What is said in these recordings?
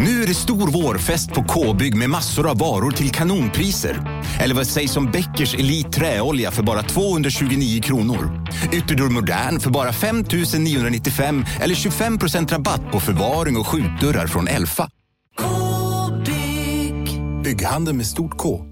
Nu är det stor vårfest på K-bygg med massor av varor till kanonpriser. Eller vad sägs om Bäckers Elite träolja för bara 229 kronor. Ytterdörr Modern för bara 5 995 eller 25% rabatt på förvaring och skjutdörrar från Elfa. K-bygg. Bygghandeln med stort K.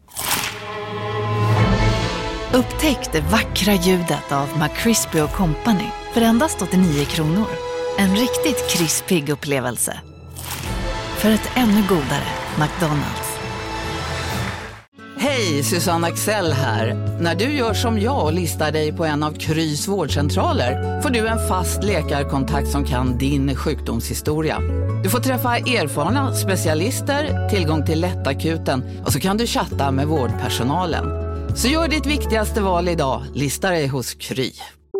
Upptäck det vackra ljudet av McCrispy & Company för endast 89 kronor. En riktigt krispig upplevelse. För ett ännu godare McDonald's. Hej, Susanne Axel här. När du gör som jag och listar dig på en av Krys vårdcentraler får du en fast läkarkontakt som kan din sjukdomshistoria. Du får träffa erfarna specialister, tillgång till lättakuten och så kan du chatta med vårdpersonalen. Så gör ditt viktigaste val idag, lista dig hos Kry.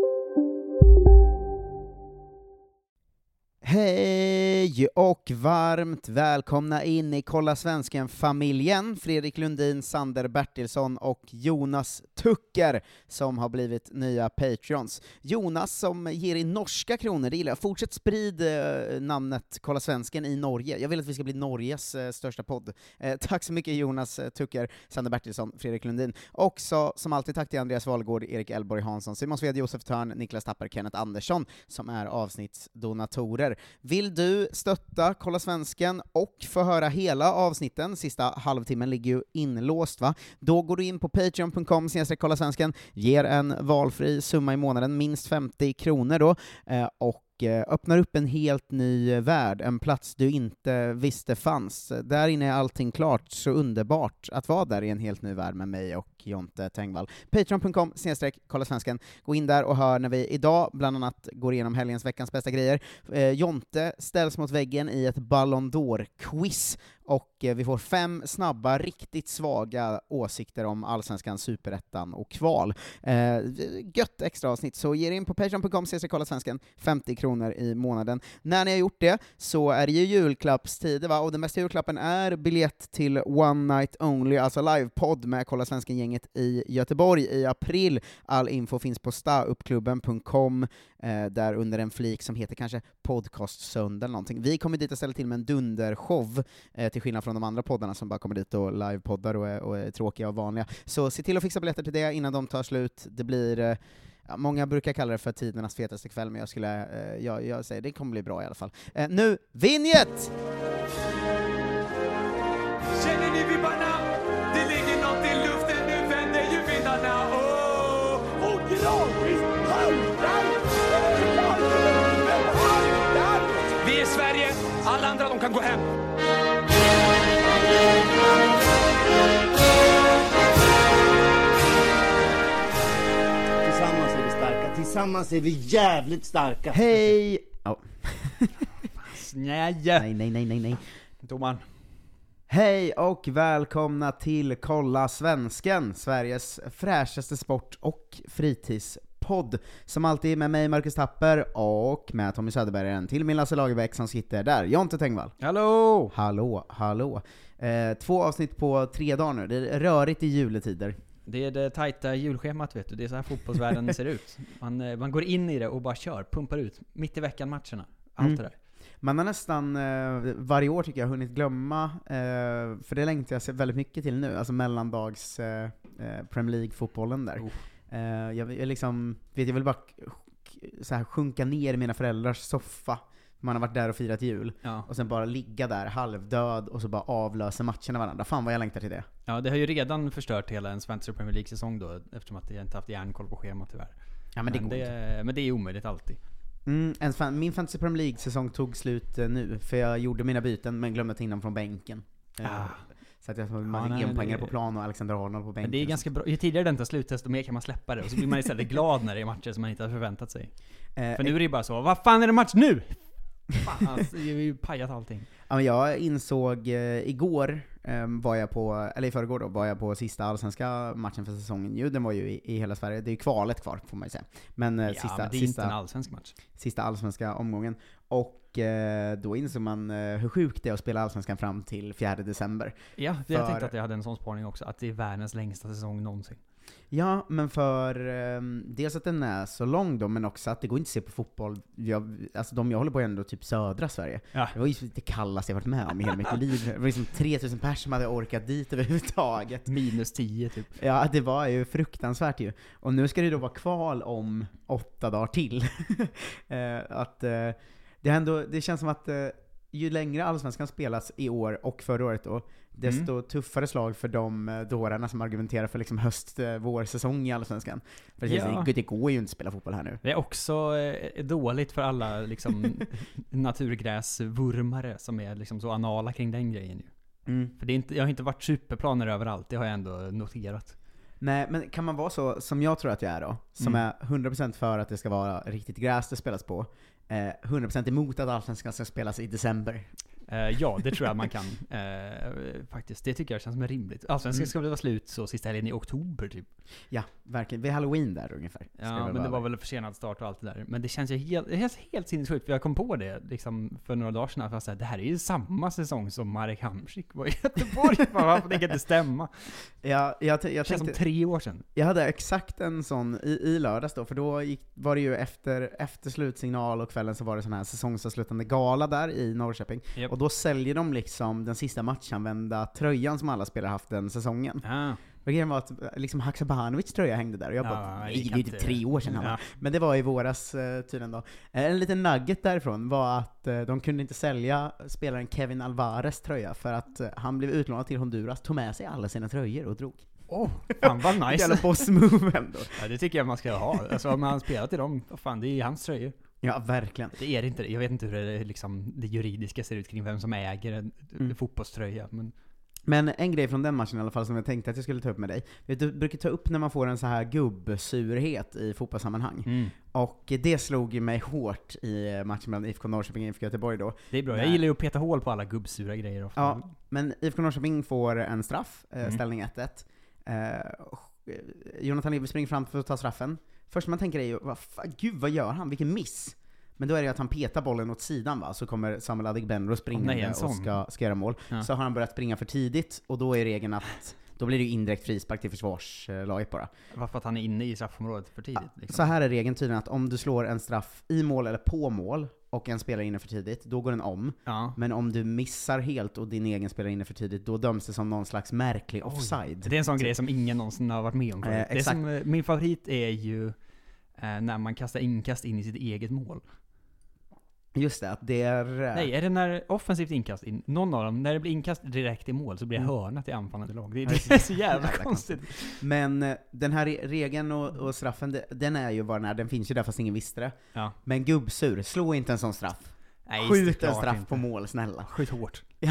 Hej och varmt välkomna in i Kolla Svensken-familjen. Fredrik Lundin, Sander Bertilsson och Jonas Tucker som har blivit nya Patreons. Jonas som ger i norska kronor, det gillar jag. Fortsätt sprid namnet Kolla Svensken i Norge. Jag vill att vi ska bli Norges största podd. Tack så mycket Jonas Tucker, Sander Bertilsson, Fredrik Lundin. Också som alltid tack till Andreas Wahlgård, Erik Elborg Hansson, Simon Sved, Josef Törn, Niklas Tapper, Kenneth Andersson som är avsnittsdonatorer. Vill du stötta Kolla Svensken och få höra hela avsnitten, sista halvtimmen ligger ju inlåst va? Då går du in på patreon.com/kollasvensken, ger en valfri summa i månaden, minst 50 kronor då, och öppnar upp en helt ny värld, en plats du inte visste fanns. Där inne är allting klart, så underbart att vara där i en helt ny värld med mig och Jonte Tengvall. Patreon.com/kollasvensken. Gå in där och hör när vi idag bland annat går igenom helgens veckans bästa grejer. Jonte ställs mot väggen i ett Ballon d'Or-quiz och vi får 5 snabba, riktigt svaga åsikter om Allsvenskan, Superettan och kval. Gött extra avsnitt, så ge in på patreon.com/kollasvensken, 50 kronor i månaden. När ni har gjort det så är det ju julklappstider va, och den bästa julklappen är biljett till One Night Only, alltså livepodd med Kolla Svensken-gänget i Göteborg i april. All info finns på stauppklubben.com, där under en flik som heter kanske podcast söndag eller någonting. Vi kommer dit och ställa till med en dundershow, till skillnad från de andra poddarna som bara kommer dit och livepoddar och är tråkiga och vanliga. Så se till att fixa biljetter till det innan de tar slut. Det blir många brukar kalla det för tidernas fetaste kväll, men jag säger det kommer bli bra i alla fall. Nu, vinjet! Känner ni vibbarna? Det ligger något i luften, nu vänder ju vindarna. Och gradvis haltar. Vi är Sverige, alla andra de kan gå hem. Tillsammans är vi starka, tillsammans är vi jävligt starka. Hej! Oh. Nej. Domaren. Hej och välkomna till Kolla Svensken, Sveriges fräschaste sport- och fritidspodd. Som alltid med mig Marcus Tapper och med Tommy Söderberg, till min Lasse Lagerbäck som sitter där. Jonte Tengvall. Hallå. 2 avsnitt på 3 dagar nu. Det är rörigt i juletider. Det är det tajta julschemat, vet du. Det är så här fotbollsvärlden ser ut. Man går in i det och bara pumpar ut. Mitt i veckan matcherna. Allt det där. Man har nästan varje år tycker jag hunnit glömma, för det längtar jag väldigt mycket till nu, alltså mellandags Premier League-fotbollen där. Jag vill bara så här sjunka ner i mina föräldrars soffa. Man har varit där och firat jul, och sen bara ligga där halvdöd och så bara avlösa matcherna varandra. Fan vad jag längtar till det. Ja, det har ju redan förstört hela en svensk Premier League-säsong då, eftersom att jag inte haft järnkoll på schemat tyvärr. Ja, men det är omöjligt alltid. Min Fantasy Premier League-säsong tog slut nu, för jag gjorde mina byten men glömde ta in dem från bänken. Så att jag får genpoängare på plan och Alexander Arnold på bänken. Men det är ganska bra. Ju tidigare den tar slut, desto mer kan man släppa det. Och så blir man istället glad när det är matcher som man inte har förväntat sig. För nu är det bara så, vad fan är det match nu? Fan, alltså, det är ju pajat allting. Ja, men jag insåg igår, i förrgår då, var jag på sista allsvenska matchen för säsongen. Den var ju i hela Sverige. Det är ju kvalet kvar, får man ju säga. Men men det är inte en allsvensk match. Sista allsvenska omgången. Och då insåg man hur sjukt det är att spela allsvenskan fram till 4 december. Ja, jag tänkte att jag hade en sån spaning också. Att det är världens längsta säsong någonsin. Ja, men för dels att den är så lång då, men också att det går inte att se på fotboll. Alltså de jag håller på är ändå typ södra Sverige. Ja. Det var ju det kallaste jag varit med om i hela mitt liv. Det var liksom 3000 personer som hade orkat dit överhuvudtaget. Minus 10 typ. Ja, det var ju fruktansvärt ju. Och nu ska det då vara kval om 8 dagar till. Det känns som att ju längre Allsvenskan spelas i år och förra året då, desto tuffare slag för de dårarna som argumenterar för liksom vårsäsong i Allsvenskan. För det går ju inte att spela fotboll här nu. Det är också dåligt för alla liksom naturgräsvurmare som är liksom så anala kring den grejen ju. För jag har inte varit superplaner överallt, det har jag ändå noterat. Nej, men kan man vara så som jag tror att jag är då, som är 100% för att det ska vara riktigt gräs det spelas på, 100% emot att Allsvenskan ska spelas i december? Ja, det tror jag man kan faktiskt. Det tycker jag känns som rimligt. Allsvenskan ska väl vara slut så sista helgen i oktober typ. Ja, verkligen. Vid Halloween där ungefär. Ja, men det var väl försenad start och allt det där. Men det känns ju helt sinnessjukt, för jag kom på det liksom för några dagar sedan. För att det här är ju samma säsong som Marek Hamsik var i Göteborg. Varför det kan inte stämma? Ja, jag det känns som 3 år sedan. Jag hade exakt en sån i lördags då, för då var det ju efter slutsignal och kvällen så var det sån här säsongsavslutande gala där i Norrköping. Yep. Och då säljer de liksom den sista matchanvända tröjan som alla spelare haft den säsongen. Och grejen var att liksom Haksabanovic tröja hängde där och jag bara, nej, det är typ 3 år sedan. Ja. Men det var i våras tydligen då. En liten nugget därifrån var att de kunde inte sälja spelaren Kevin Alvarez tröja för att han blev utlånad till Honduras, tog med sig alla sina tröjor och drog. Fan vad nice. Jävla boss-move ändå. Ja, det tycker jag man ska ha. Alltså om man spelar till dem, fan, det är hans tröjor. Ja, verkligen. Det är det inte. Jag vet inte hur det juridiska ser ut kring vem som äger en fotbollströja, men en grej från den matchen i alla fall som jag tänkte att jag skulle ta upp med dig. Du brukar ta upp när man får en så här gubbsurhet i fotbollssammanhang. Och det slog ju mig hårt i matchen mellan IFK Norrköping och IFK Göteborg då. Det är bra, jag gillar ju att peta hål på alla gubbsura grejer ofta. Ja, men IFK Norrköping får en straff, ställning 1-1. Jonathan Levi springer fram för att ta straffen. Först man tänker är ju, gud vad gör han? Vilken miss! Men då är det att han petar bollen åt sidan, va? Så kommer Samuel Adegbenro springa och ska göra mål. Ja. Så har han börjat springa för tidigt, och då är regeln att då blir det ju indirekt frispark till försvarslaget bara. Varför att han är inne i straffområdet för tidigt? Liksom. Så här är regeln tydligen att om du slår en straff i mål eller på mål och en spelare inne för tidigt, då går den om. Ja. Men om du missar helt och din egen spelare inne för tidigt, då döms det som någon slags märklig offside. Det är en sån grej som ingen någonsin har varit med om. Det som, min favorit är ju när man kastar inkast in i sitt eget mål. Just det, att det är... Nej, är det när offensivt inkast in? Någon av dem, när det blir inkast direkt i mål så blir det hörna till anfallande lag. Det är så jävla konstigt. Men den här regeln och straffen, den är ju bara när den finns ju där fast ingen visste det. Ja. Men gubbsur, slå inte en sån straff. Nej, skjut en straff inte på mål, snälla. Skjut hårt. Ja,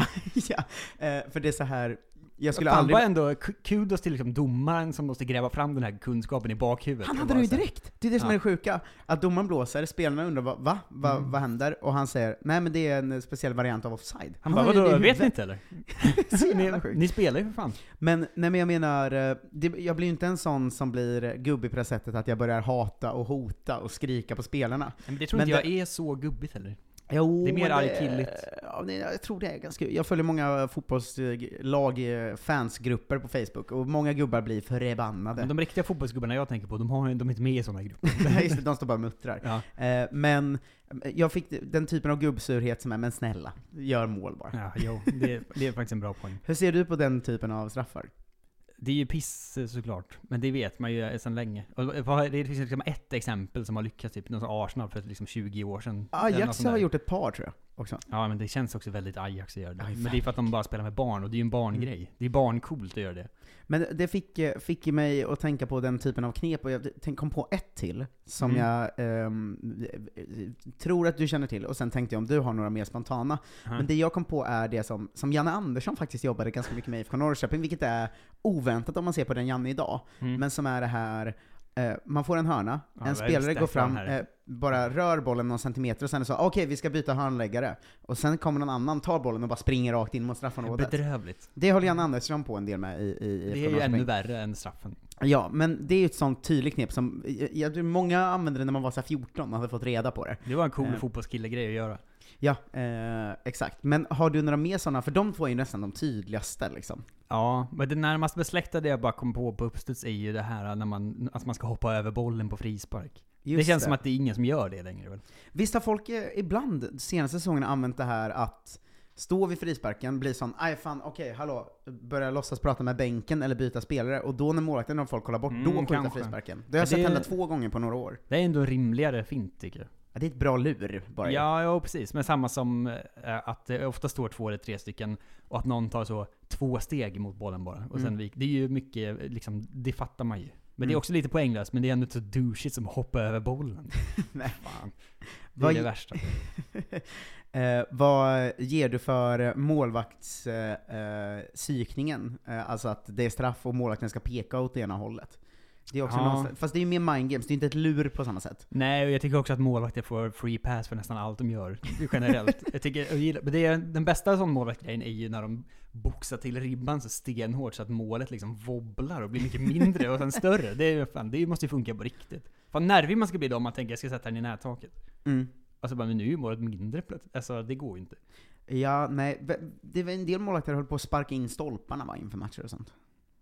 för det är så här... Jag skulle aldrig... var ändå kudos till liksom domaren som måste gräva fram den här kunskapen i bakhuvudet. Han hade det ju direkt. Det är det som är det sjuka. Att domaren blåser, spelarna undrar vad händer? Och han säger, nej men det är en speciell variant av offside. Han bara, vadå, vet ni inte eller? ni spelar ju för fan. Men jag menar, jag blir ju inte en sån som blir gubbig på det sättet att jag börjar hata och hota och skrika på spelarna. Men det tror inte jag är så gubbigt heller. Jo, det är mer argkilligt. Ja, jag tror det är ganska... Jag följer många fotbollslag, fansgrupper på Facebook, och många gubbar blir förbannade. Men de riktiga fotbollsgubbarna jag tänker på, de är inte med i sådana grupper. Just det, de står bara och muttrar. Ja. Men jag fick den typen av gubbsurhet som är, men snälla, gör mål bara. Ja, jo, det är faktiskt en bra poäng. Hur ser du på den typen av straffar? Det är ju piss såklart, men det vet man ju sedan länge. Det finns liksom ett exempel som har lyckats, typ någon som Arsenal för liksom 20 år sedan. Ajax har gjort ett par, tror jag också. Ja, men det känns också väldigt Ajax att göra det. Men det är för att de bara spelar med barn, och det är ju en barngrej. Det är barncoolt att göra det. Men det fick mig att tänka på den typen av knep, och jag kom på ett till som jag tror att du känner till, och sen tänkte jag om du har några mer spontana. Men det jag kom på är det som Janne Andersson faktiskt jobbade ganska mycket med IFK Norrköping, vilket är oväntat om man ser på den Janne idag, men som är det här: man får en hörna, en spelare går fram, bara rör bollen någon centimeter, och sen är det så, okej, vi ska byta handläggare. Och sen kommer någon annan, tar bollen och bara springer rakt in mot straffområdet. Bedrövligt. Det håller Jan Andersson på en del med i det är ju ännu värre än straffen. Ja, men det är ju ett sånt tydligt knep som många använde det när man var så 14 och hade fått reda på det. Det var en cool fotbollskille-grej att göra. Ja, exakt. Men har du några mer sådana? För de två är ju nästan de tydligaste liksom. Ja, men det närmast besläktade jag bara kom på uppstuds är ju det här när man ska hoppa över bollen på frispark. Just det känns som att det är ingen som gör det längre väl? Visst har folk ibland senaste säsongen använt det här att stå vid frisparken, bli sån, börja låtsas prata med bänken eller byta spelare, och då när målvakten och folk kollar bort, då skjuter frisparken. Det har jag sett hända 2 gånger på några år. Det är ändå en rimligare fint tycker jag. Ja, det är ett bra lur bara. Ja, precis. Men samma som att det ofta står 2 eller 3 stycken och att någon tar så 2 steg mot bollen bara. Och sen det är ju mycket, liksom, det fattar man ju. Men det är också lite poänglöst, men det är ändå så douchigt som hoppar över bollen. Nej. Fan. Det är det värsta. Vad ger du för målvaktspsykningen? Alltså att det är straff och målvakten ska peka åt det ena hållet. Det är också fast det är ju mer mind games, det är inte ett lur på samma sätt. Nej, och jag tycker också att målvakter får free pass för nästan allt de gör, generellt. Men det är, den bästa sån målvaktgrejen är ju när de boxar till ribban så stenhårt så att målet liksom wobblar och blir mycket mindre och sen större. Det måste ju funka på riktigt. Fan nervig man ska bli då om man tänker jag ska sätta den i närtaket. Alltså bara, men nu är ju målet mindre plötsligt. Alltså det går ju inte. Ja, nej. Det var en del målvakter höll på att sparka in stolparna inför matcher och sånt.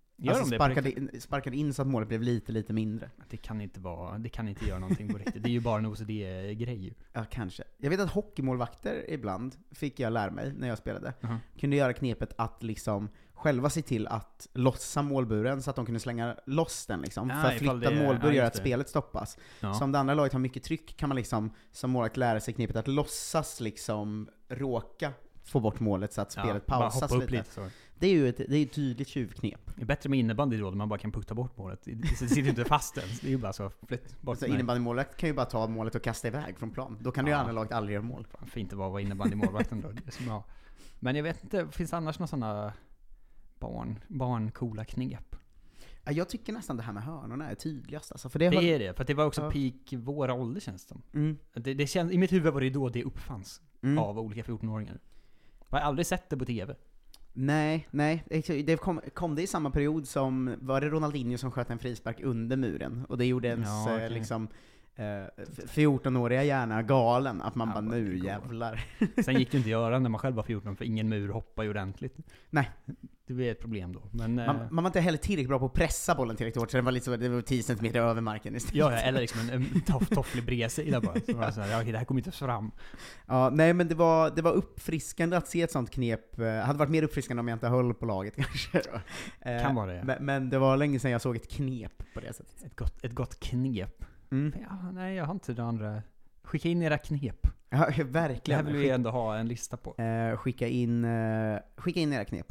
Sparkade in så att målet blev lite mindre. Det kan inte göra någonting på riktigt. Det är ju bara en OCD-grej. Ja, kanske. Jag vet att hockeymålvakter ibland, fick jag lära mig när jag spelade, kunde göra knepet att liksom själva se till att lossa målburen så att de kunde slänga loss den liksom. För att flytta målbur gör att spelet stoppas. Så om det andra laget har mycket tryck kan man liksom som målvakt lära sig knepet att låtsas liksom råka få bort målet så att spelet pausas lite. Det är ju ett tydligt tjuvknep. Det är bättre med innebandy då, där man bara kan putta bort målet. Det sitter inte fast ens. Det är ju bara så flytt bort. Så innebandymålet kan ju bara ta målet och kasta iväg från plan. Då kan ju andra laget aldrig göra mål. Fint att vara innebandymålvakten då. Det är som Men jag vet inte, finns det annars några sådana barncoola knep? Ja, jag tycker nästan det här med hörnorna är tydligast. Alltså, för det är det, för att det var också peak våra ålder känns det. Det känns, i mitt huvud var det då det uppfanns av olika 14-åringar. Jag har aldrig sett det på tv. Nej, det kom det i samma period som, var det Ronaldinho som sköt en frispark under muren, och det gjorde ens liksom 14-åriga hjärna galen, att man bara nu jävlar. Sen gick det inte att göra när man själv var 14, för ingen mur hoppar ju ordentligt. Nej. Det var ett problem då. Men, man var inte heller tillräckligt bra på att pressa bollen tillräckligt hårt, så det var 10 cm över marken istället. Ja, eller liksom en tofflig bredsida bara. Så var det så här, det här kommer inte fram. Ja, nej, men det var uppfriskande att se ett sånt knep. Hade varit mer uppfriskande om jag inte höll på laget kanske. Kan vara det. Men det var länge sedan jag såg ett knep på det sättet. Ett gott knep. Ja, nej, jag har inte det andra. Skicka in era knep. Ja, verkligen. Det här vill vi ändå ha en lista på. Skicka in era knep.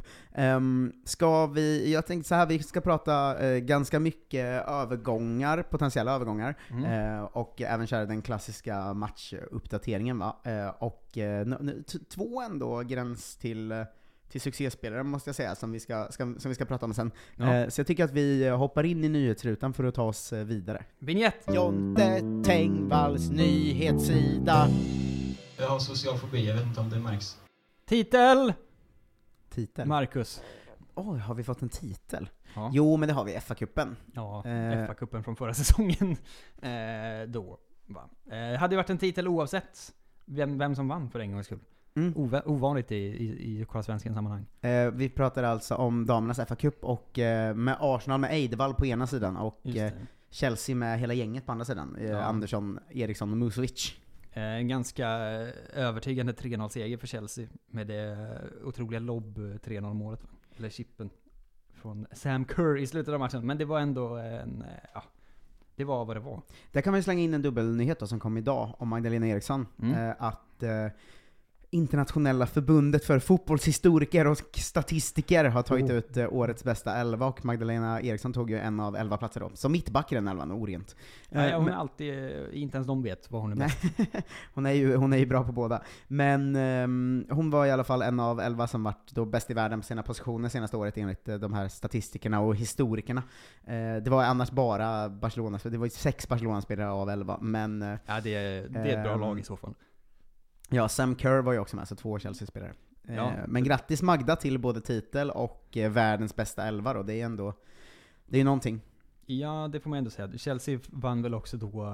Jag tänkte så här, vi ska prata ganska mycket potentiella övergångar, och även köra den klassiska matchuppdateringen, va? Och 2 ändå gräns till succéspelare måste jag säga, som vi ska prata om sen. Så jag tycker att vi hoppar in i nyhetsrutan för att ta oss vidare. Vignett! Jonte Tengvalls nyhetssida. Jag har social fobi, jag vet inte om det märks. Titel! Marcus. Har vi fått en titel? Ja. Jo, men det har vi, FA-cupen. Ja, FA-cupen från förra säsongen. Då, va? Hade ju varit en titel oavsett vem som vann för en gångs skull. Ovanligt i Kolla-svenskan sammanhang. Vi pratar alltså om damernas FA-cup, och med Arsenal med Eidevall på ena sidan och Chelsea med hela gänget på andra sidan. Andersson, Eriksson och Musovic. En ganska övertygande 3-0-seger för Chelsea med det otroliga lobb 3-0-målet, eller chippen från Sam Kerr i slutet av matchen. Men det var ändå det var vad det var. Där kan man ju slänga in en dubbelnyhet då, som kom idag om Magdalena Eriksson. Att Internationella förbundet för fotbollshistoriker och statistiker har tagit ut årets bästa 11, och Magdalena Eriksson tog ju en av 11 platser då. Så mittback i den 11, orent. Hon är alltid, inte ens de vet vad hon är bäst. hon är ju bra på båda. Men hon var i alla fall en av 11 som varit då bäst i världen på sina positioner senaste året enligt de här statistikerna och historikerna. Det var annars bara Barcelona, det var 6 Barcelona-spelare av 11, men ja, det är ett bra lag i så fall. Ja, Sam Kerr var ju också med, så 2 Chelsea-spelare. Men grattis Magda till både titel och världens bästa 11 då. Det är ju någonting. Ja, det får man ändå säga. Chelsea vann väl också då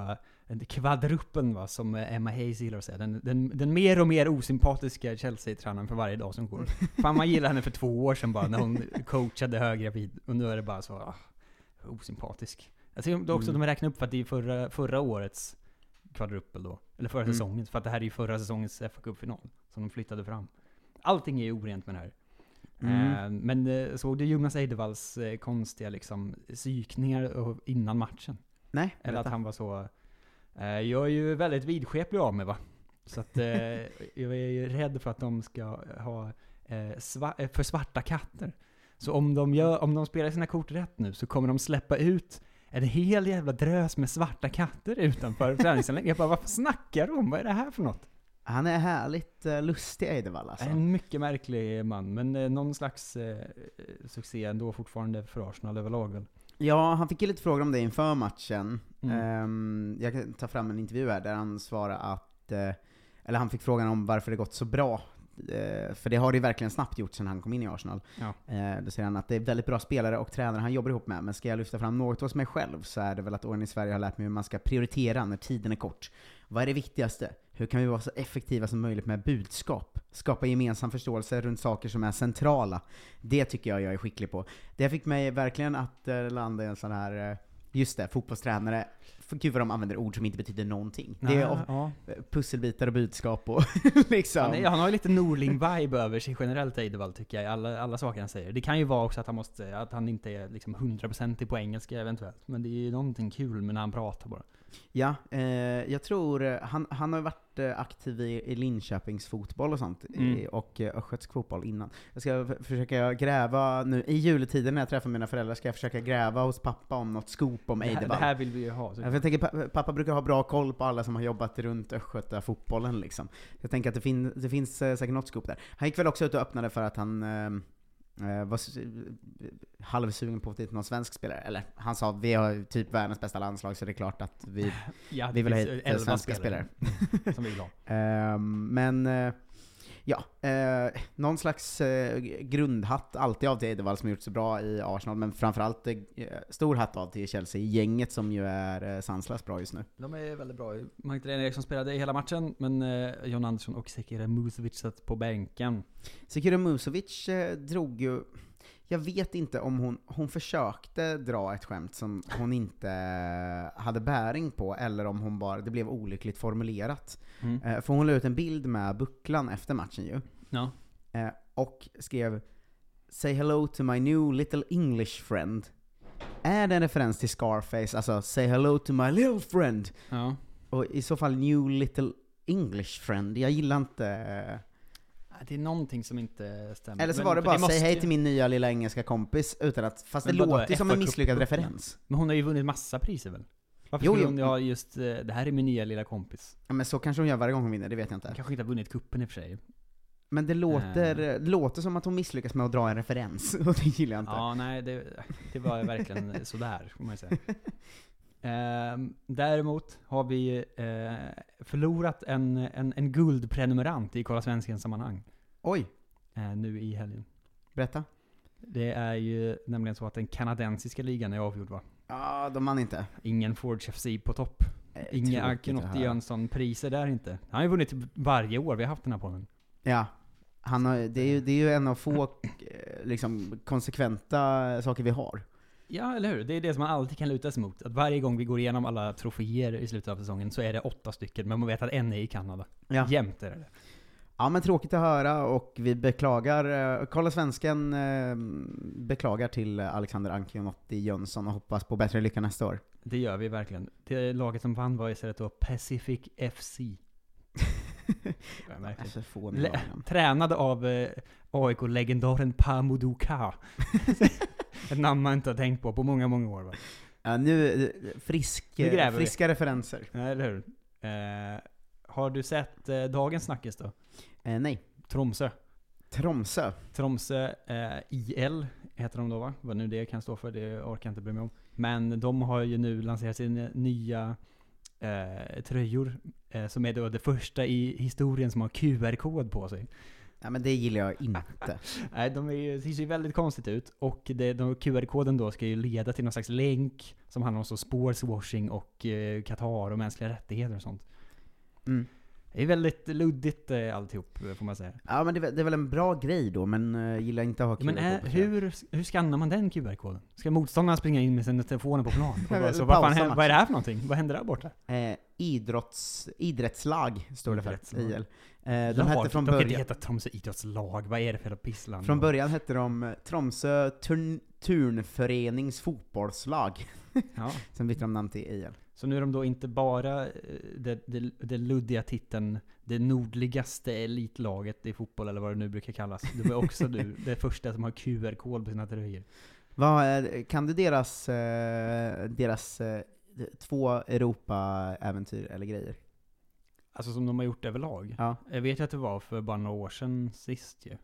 kvadruppen, va, som Emma Hayes gillar att säga. Den mer och mer osympatiska Chelsea-tränaren för varje dag som går. Fan, man gillade henne för 2 år sedan bara, när hon coachade höggravid. Och nu är det bara så osympatisk. Jag tycker också att de räknar upp för att det är förra årets kvadruppel då. Eller förra säsongen. För att det här är ju förra säsongens FA-cupfinal som de flyttade fram. Allting är ju orent med det här. Men såg du Jonas Eidevalls konstiga liksom psykningar innan matchen? Nej. Eller att han var så... jag är ju väldigt vidskeplig av mig, va? Så att jag är ju rädd för att de ska ha för svarta katter. Så om de spelar sina kort rätt nu så kommer de släppa ut en hel jävla drös med svarta katter utanför träningsanläggningen. Jag bara, vad snackar de om? Vad är det här för något? Han är härligt lustig, Eidevall alltså. En mycket märklig man, men någon slags succé ändå fortfarande för Arsenal överlag väl. Ja, han fick ju lite frågor om det inför matchen. Jag kan ta fram en intervju här där han svarade att, eller han fick frågan om varför det gått så bra. För det har det ju verkligen snabbt gjort sedan han kom in i Arsenal. Ja. Då säger han att det är väldigt bra spelare och tränare han jobbar ihop med. Men ska jag lyfta fram något hos mig själv så är det väl att åren i Sverige har lärt mig hur man ska prioritera när tiden är kort. Vad är det viktigaste? Hur kan vi vara så effektiva som möjligt med budskap? Skapa gemensam förståelse runt saker som är centrala. Det tycker jag är skicklig på. Det fick mig verkligen att landa i en sån här... Just det, fotbollstränare. För gud vad de använder ord som inte betyder någonting. Det är pusselbitar och budskap och liksom. Han har ju lite Norling-vibe över sig generellt, Eidevall, tycker jag. Alla saker han säger. Det kan ju vara också att han inte är liksom 100% på engelska eventuellt. Men det är ju någonting kul med när han pratar bara. Ja, jag tror han har varit aktiv i Linköpings fotboll och sånt och östgötsk fotboll innan. Jag ska försöka gräva nu i juletiden när jag träffar mina föräldrar, ska jag försöka gräva hos pappa om något scoop om Eidevall. Det här vill vi ju ha. Jag tänker pappa brukar ha bra koll på alla som har jobbat runt östgöta fotbollen liksom. Jag tänker att det finns säkert något scoop där. Han gick väl också ut och öppnade för att han var halvsugen på typ någon svensk spelare. Eller han sa, vi har typ världens bästa landslag, så det är klart att vi vill ha hit svenska spelare. Som vi vill ha. Men någon slags grundhatt alltid av till Eidevall som gjort så bra i Arsenal, men framförallt stor hatt av till Chelsea-gänget som ju är sanslöst bra just nu. De är väldigt bra. Magdalena Eriksson spelade i hela matchen, men John Andersson och Sekira Musovic satt på bänken. Sekira Musovic drog ju... Jag vet inte om hon försökte dra ett skämt som hon inte hade bäring på, eller om hon bara, det blev olyckligt formulerat. För hon la ut en bild med bucklan efter matchen ju. Ja. Och skrev "Say hello to my new little English friend". Är det en referens till Scarface? Alltså, "Say hello to my little friend". Ja. Och i så fall new little English friend. Jag gillar inte... Det är någonting som inte stämmer. Eller så var det bara säg hej till min nya lilla engelska kompis utan att, fast det låter ju som en misslyckad referens. Men hon har ju vunnit massa priser väl? Varför skulle hon ha just det här är min nya lilla kompis? Ja, men så kanske hon gör varje gång hon vinner, det vet jag inte. Hon kanske inte har vunnit kuppen i och för sig. Men det låter som att hon misslyckas med att dra en referens, och det gillar jag inte. Ja, nej, det var verkligen sådär, får man säga. Däremot har vi förlorat en guldprenumerant i Kolla Svenskens sammanhang. Oj! Nu i helgen. Berätta. Det är ju nämligen så att den kanadensiska ligan är avgjord, va? Ja, de man inte. Ingen Forge FC på topp. Ingen Arkenotti Jönsson-priser där inte. Han har ju vunnit varje år vi har haft den här podden. Ja. Det är ju en av få liksom, konsekventa saker vi har. Ja, eller hur? Det är det som man alltid kan luta sig mot. Att varje gång vi går igenom alla troféer i slutet av säsongen så är det 8 stycken. Men man vet att en är i Kanada. Ja. Jämt är det. Ja, men tråkigt att höra, och vi beklagar, Kolla Svensken beklagar till Alexander Arkenotti Jönsson och hoppas på bättre lycka nästa år. Det gör vi verkligen. Det laget som vann var istället då Pacific FC. Tränad av AIK-legendaren Pamuduka. Ett namn man inte har tänkt på många, många år, va? Ja, nu friska referenser. Ja, eller hur? Har du sett dagens snackis då? Nej. Tromsö IL heter de då, va? Vad nu det kan stå för, det orkar jag inte bry mig om. Men de har ju nu lanserat sina nya tröjor som är då det första i historien som har QR-kod på sig. Ja, men det gillar jag inte. Nej, det ser ju väldigt konstigt ut. Och QR-koden då ska ju leda till någon slags länk som handlar om så sportswashing och Qatar och mänskliga rättigheter och sånt. Mm. Det är väldigt luddigt alltihop, får man säga. Ja, men det är väl en bra grej då, men gillar inte att ha QR-kod. Men hur skannar man den QR-koden? Ska motståndarna springa in med sina telefoner på plan? Så, vad är det här för någonting? Vad händer där borta? Idrottslag står det för. IL. De hette från början... De heta Tromsö idrottslag. Vad är det för pissland? Från början hette de Tromsö Turnförenings fotbollslag. Ja. Sen bytte de namn till IL. Så nu är de då inte bara det luddiga titeln, det nordligaste elitlaget i fotboll, eller vad det nu brukar kallas. Det var också det första som har QR-kod på sina tröjor. Kan du deras 2 Europa-äventyr eller grejer? Alltså som de har gjort överlag? Ja. Jag vet ju att det var för bara några år sedan sist ju.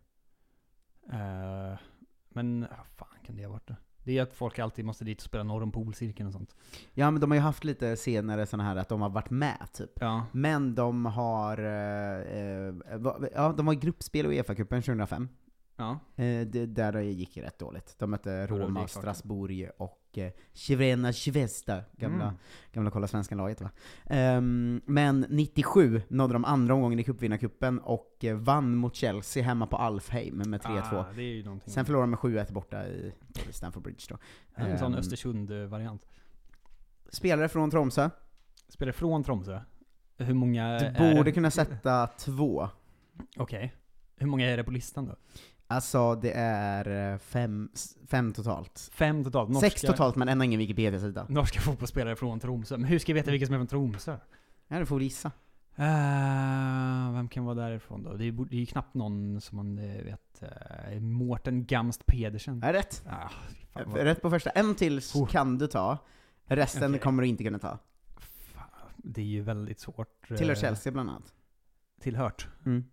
Men vad fan kan det ha varit det? Det är att folk alltid måste dit och spela norr om polcirkeln och sånt. Ja, men de har ju haft lite senare sådana här att de har varit med typ. Ja. Men de har de har gruppspel i UEFA-cupen 2005. Ja. Där det gick rätt dåligt. De mötte Roma, Strasbourg och Crvena Zvezda, gamla Kolla Svenskan-laget, va? Men 97 nådde de andra omgången i cupvinnarcupen och vann mot Chelsea hemma på Alfheim med 3-2. Det är ju någonting. Sen förlorade de med 7-1 borta i Stamford Bridge då. En sån Östersund-variant. Spelare från Tromsö. Spelare från Tromsö? Hur många? Du borde kunna sätta 2. Okej. Hur många är det på listan då? Alltså det är 5 totalt. 5 totalt? 6 totalt, men ändå ingen Wikipedia-sida. Norska fotbollsspelare från Tromsö. Men hur ska jag veta vilka som är från Tromsö? Ja, du får gissa. Vem kan vara därifrån då? Det är ju knappt någon som man vet. Mårten Gamst Pedersen. Är rätt. Rätt på första. En till kan du ta. Resten kommer du inte kunna ta. Det är ju väldigt svårt. Tillhör Chelsea bland annat. Tillhört?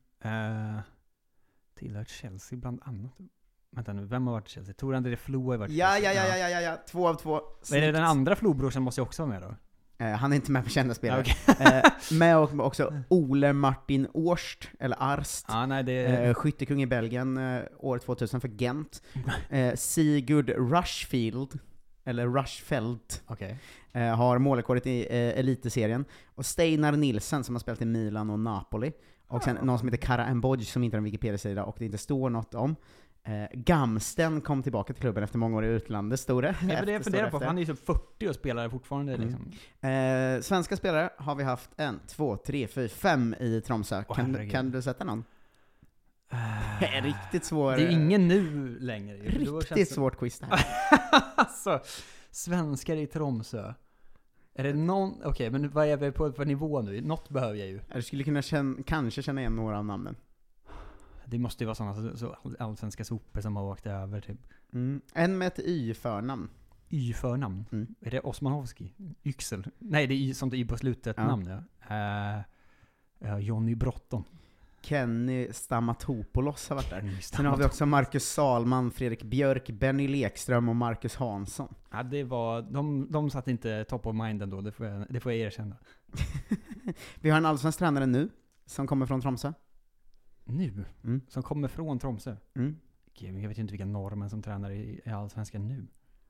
Tillhört Chelsea bland annat. Vänta nu, vem har varit i Chelsea? Tor André Flo har varit i Chelsea. Ja. 2 av 2. Är det den andra Flobrorsen måste jag också vara med då? Han är inte med på kända spelare. Med också Ole Martin Årst, eller Arst. Skyttekung i Belgien år 2000 för Gent. Sigurd Rushfield, eller Rushfeldt. Har målrekordet i eliteserien. Och Steinar Nilsen som har spelat i Milan och Napoli. Och sen någon som heter Kara Mbodj som inte har en Wikipedia-sida och det inte står något om. Gamsten kom tillbaka till klubben efter många år i utlandet, stod det. Han är ju så 40 och spelar fortfarande liksom. Svenska spelare har vi haft 1, 2, 3, 4, 5 i Tromsö. Kan du sätta någon? Det är riktigt svår. Det är ingen nu längre. Riktigt svårt quiz det här. Alltså, svenskar i Tromsö. Är det någon... Okej, men vad är vi på för nivå nu? Något behöver jag ju. Du skulle kunna kanske känna igen några av namnen. Det måste ju vara sådana så allsvenska sopor som har åkt över typ. En med ett Y-förnamn. Y-förnamn? Är det Osmanowski? Yxel? Nej, det är sånt Y på slutet namn. Johnny Brotton. Kenny Stamatopoulos har varit där. Sen har vi också Marcus Salman, Fredrik Björk, Benny Lekström och Marcus Hansson. Ja, det var... De satt inte top of mind ändå, det får jag erkänna. Vi har en allsvensk tränare nu, som kommer från Tromsö. Nu? Som kommer från Tromsö? Okej, men jag vet ju inte vilka normen som tränar i allsvenskan nu.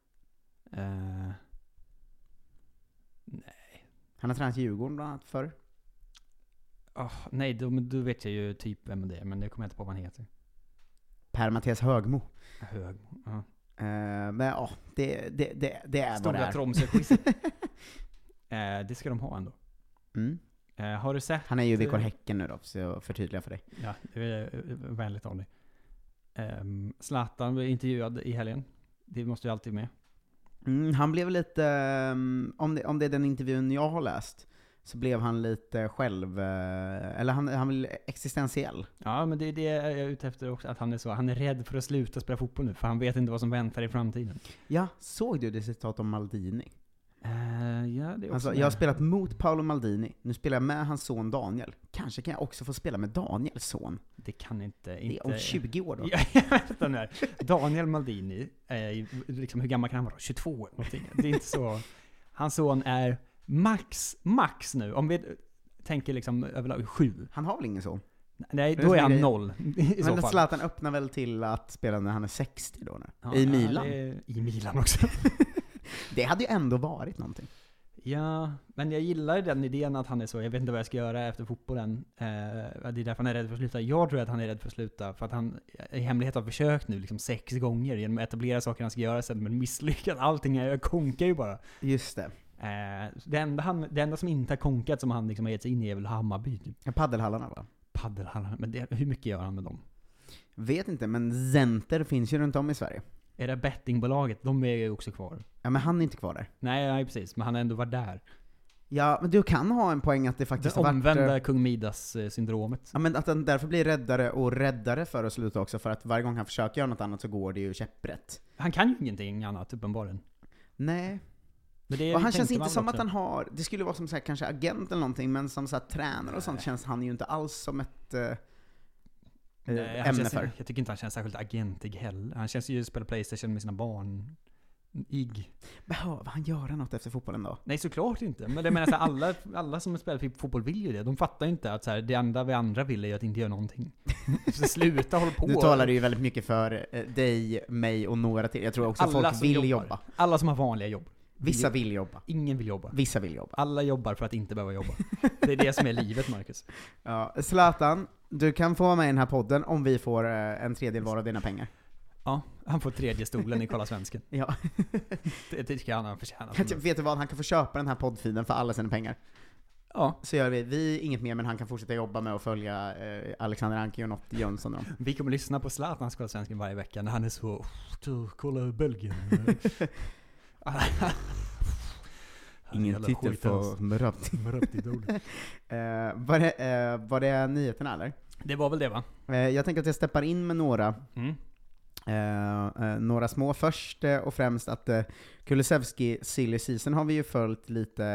Nej. Han har tränat Djurgården bland annat förr. Nej, då vet jag ju typ vem det är, men det kommer jag inte på vad han heter. Per-Mattias Högmo. Men ja, det är Stora vad det är. Tromsö-quizet. Det ska de ha ändå. Har du sett... Han är ju VK Häcken nu då, så jag förtydligar för dig. Ja, det är vänligt av dig. Zlatan blev intervjuad i helgen. Det måste ju alltid med. Han blev lite... Om det är den intervjun jag har läst, så blev han lite själv... Eller han blev existentiell. Ja, men det är det jag är ute efter också. Att han är rädd för att sluta spela fotboll nu. För han vet inte vad som väntar i framtiden. Ja, såg du det citat om Maldini? Ja, det är också alltså, jag har spelat mot Paolo Maldini. Nu spelar jag med hans son Daniel. Kanske kan jag också få spela med Daniels son. Det kan inte... Det är om 20 år då. Den här. Daniel Maldini, liksom, hur gammal kan han vara? 22 eller någonting. Det är inte så... Hans son är max nu. Om vi tänker liksom överlag 7. Han har väl ingen son? Nej, då är han 0 i så Men fall. Zlatan öppnar väl till att spela när han är 60 då nu? Ja, I Milan. I Milan också. Det hade ju ändå varit någonting. Ja, men jag gillar den idén att han är så. Jag vet inte vad jag ska göra efter fotbollen. Det är därför han är rädd för att sluta. Jag tror att han är rädd för att sluta för att han i hemlighet har försökt nu liksom 6 gånger genom att etablera saker han ska göra sen, men misslyckas. Allting är konkar ju bara. Just det. Det enda som inte har konkat som han liksom har gett sig in i är väl Hammarby. Paddelhallarna va? Paddelhallarna, men hur mycket gör han med dem? Vet inte, men Center finns ju runt om i Sverige. Är det bettingbolaget? De är ju också kvar. Ja, men han är inte kvar där. Nej, precis. Men han har ändå varit där. Ja, men du kan ha en poäng att det faktiskt Det har omvända varit... kung Midas-syndromet. Ja, men att han därför blir räddare och räddare för att sluta också, för att varje gång han försöker göra något annat så går det ju käpprätt. Han kan ju ingenting annat, uppenbarligen. Nej. Men det Och han känns tänkte inte man som också. att han har, det skulle vara som så här, kanske agent eller någonting, men som så här, tränare och sånt känns han ju inte alls som ett Nej, han ämne känns, för. jag tycker inte han känns särskilt agentig heller. Han känns ju spela PlayStation med sina barn. Behöver han göra något efter fotbollen då? Nej, såklart inte. Men det menar så här, alla som spelar fotboll vill ju det. De fattar ju inte att så här, det enda vi andra vill är ju att inte göra någonting. Så sluta hålla på. Nu talar du ju väldigt mycket för dig, mig och några till. Jag tror också Alla folk som vill jobba. Alla som har vanliga jobb. Vissa vill jobba. Ingen vill jobba. Vissa vill jobba. Alla jobbar för att inte behöva jobba. Det är det som är livet, Marcus. Ja, Zlatan, du kan få vara med i den här podden om vi får en tredjedel var av dina pengar. Ja, han får 3:e stolen i Kolla Svensken. Ja. Det tycker jag han har förtjänat. Vet du vad, han kan få köpa den här poddfilen för alla sina pengar. Ja. Så gör vi inget mer, men han kan fortsätta jobba med att följa Alexander Anki och något Jönsson och dem. Vi kommer lyssna på Zlatans Kolla Svensken varje vecka när han är så kolla Belgien. Ingen titel på Mörapti-idol. Var det nyheterna eller? Det var väl det va? Jag tänker att jag steppar in med några några små. Först och främst att Kulusevski silly season har vi ju följt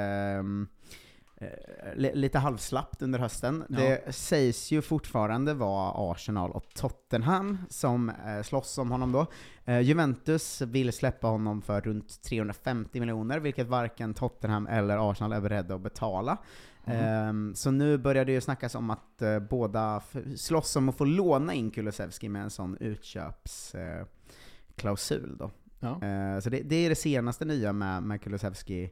lite halvslappt under hösten. Ja. Det sägs ju fortfarande vara Arsenal och Tottenham som slåss om honom då. Juventus vill släppa honom för runt 350 miljoner, vilket varken Tottenham eller Arsenal är beredda att betala. Så nu börjar det ju snackas om att båda slåss om att få låna in Kulusevski med en sån utköpsklausul då. Ja. Så det är det senaste nya med Kulusevski.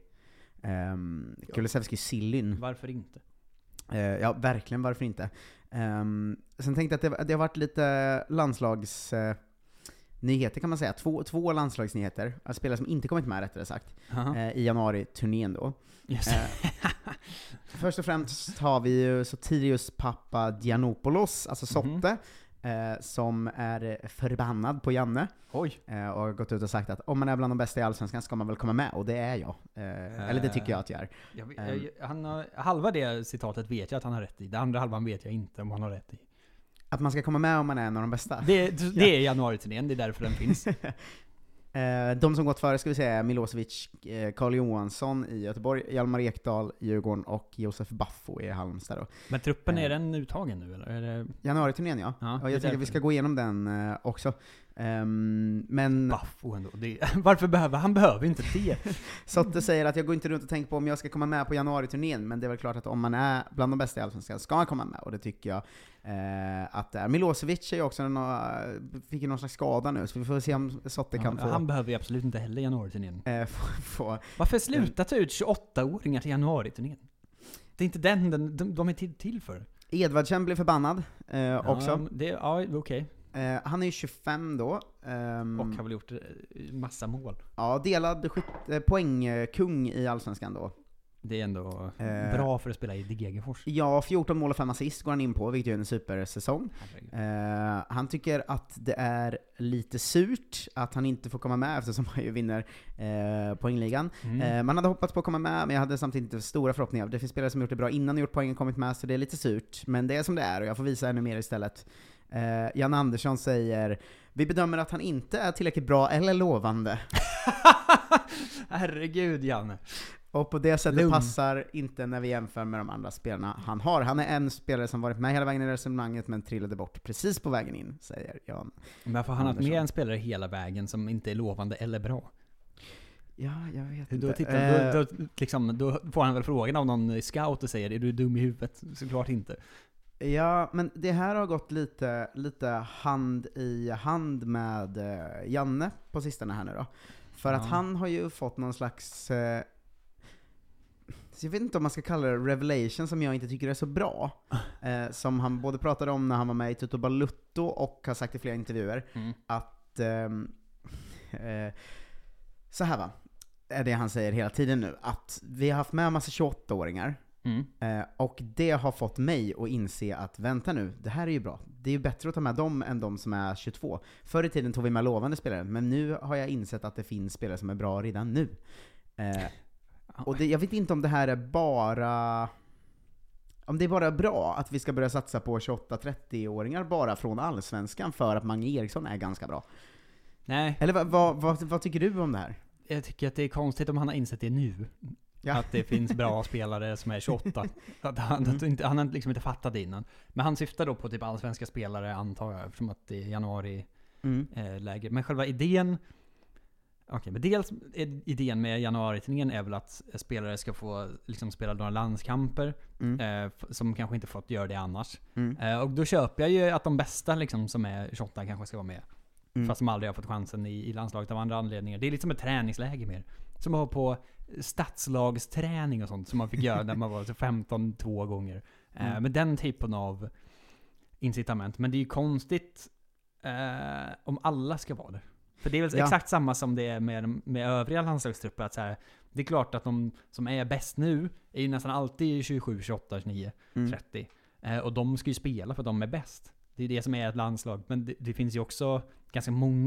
Kulusevski-sillyn. Varför inte? Ja, verkligen varför inte. Sen tänkte jag att det har varit lite landslagsnyheter kan man säga. Två landslagsnyheter. Alltså spelare som inte kommit med rättare sagt. I januari-turnén då. Yes. Först och främst har vi ju Sotirios Papagiannopoulos, alltså Sotte. Som är förbannad på Janne. Oj. Och har gått ut och sagt att om man är bland de bästa i Allsvenskan ska man väl komma med, och det är jag. Eller det tycker jag att jag är. Halva det citatet vet jag att han har rätt i. Det andra halvan vet jag inte om han har rätt i. Att man ska komma med om man är en av de bästa. Det är januari-turnén, det är därför den finns. De som gått före ska vi säga Milosevic, Carl Johansson i Göteborg, Hjalmar Ekdal i Djurgården och Josef Baffo i Halmstad då. Men truppen, är den uttagen nu eller? Är det... Januari-turnén ja. Och jag tänker att vi ska gå igenom den också. Men Baffo ändå. Varför behöver han inte det? Sotte säger att jag går inte runt och tänker på om jag ska komma med på januari-turnén, men det är väl klart att om man är bland de bästa i Allsvenskan ska man komma med, och det tycker jag att det är. Milosevic är ju också fick ju någon slags skada nu, så vi får se om Sotte kan få... Han behöver ju absolut inte heller januari-turnén. Varför sluta ta ut 28-åringar till januari-turnén? Det är inte de är till för. Edvardsen blir förbannad också. Okej. Han är ju 25 då. Och har väl gjort massa mål. Ja, delad poängkung i Allsvenskan då. Det är ändå bra för att spela i Degerfors. Ja, 14 mål och 5 assist går han in på, vilket är en supersäsong. Han tycker att det är lite surt att han inte får komma med eftersom han ju vinner poängligan. Man hade hoppats på att komma med, men jag hade samtidigt inte stora förhoppningar. Det finns spelare som gjort det bra innan och gjort poängen kommit med, så det är lite surt. Men det är som det är och jag får visa ännu mer istället. Jan Andersson säger: vi bedömer att han inte är tillräckligt bra eller lovande. Herregud, Janne. Och på det sättet passar inte när vi jämför med de andra spelarna han har. Han är en spelare som varit med hela vägen i resonemanget men trillade bort precis på vägen in, säger Jan. Men varför har han haft med en spelare hela vägen som inte är lovande eller bra? Ja, jag vet inte. Då får han väl frågan av någon scout och säger: är du dum i huvudet? Såklart inte. Ja, men det här har gått lite hand i hand med Janne på sistone här nu då. För att han har ju fått någon slags jag vet inte om man ska kalla det revelation, som jag inte tycker är så bra. Som han både pratade om när han var med i Toto Balutto och har sagt i flera intervjuer. Att så här va, är det han säger hela tiden nu. Att vi har haft med en massa 28-åringar. Och det har fått mig att inse att vänta nu, det här är ju bra. Det är ju bättre att ta med dem än de som är 22. Förr i tiden tog vi med lovande spelare, men nu har jag insett att det finns spelare som är bra redan nu. Och jag vet inte om det här är bara... Om det är bara bra att vi ska börja satsa på 28-30-åringar bara från Allsvenskan för att Mange Eriksson är ganska bra. Nej. Eller vad tycker du om det här? Jag tycker att det är konstigt om han har insett det nu. Ja. Att det finns bra spelare som är 28. Att han har liksom inte fattat det innan. Men han syftar då på typ allsvenska spelare, antar jag, eftersom att det är januari läge. Men själva idén... Okej, men dels idén med januari-tidningen är väl att spelare ska få liksom spela några landskamper som kanske inte fått göra det annars. Och då köper jag ju att de bästa liksom, som är 28 kanske ska vara med. Fast de aldrig har fått chansen i landslaget av andra anledningar. Det är lite som ett träningsläge mer. Som att ha på statslagsträning och sånt som man fick göra när man var 15 2 gånger. Men den typen av incitament. Men det är ju konstigt om alla ska vara det. För det är väl exakt samma som det är med övriga landslagstrupper. Att så här, det är klart att de som är bäst nu är ju nästan alltid 27, 28, 29, 30. Och de ska ju spela för att de är bäst. Det är det som är ett landslag. Men det finns ju också ganska många...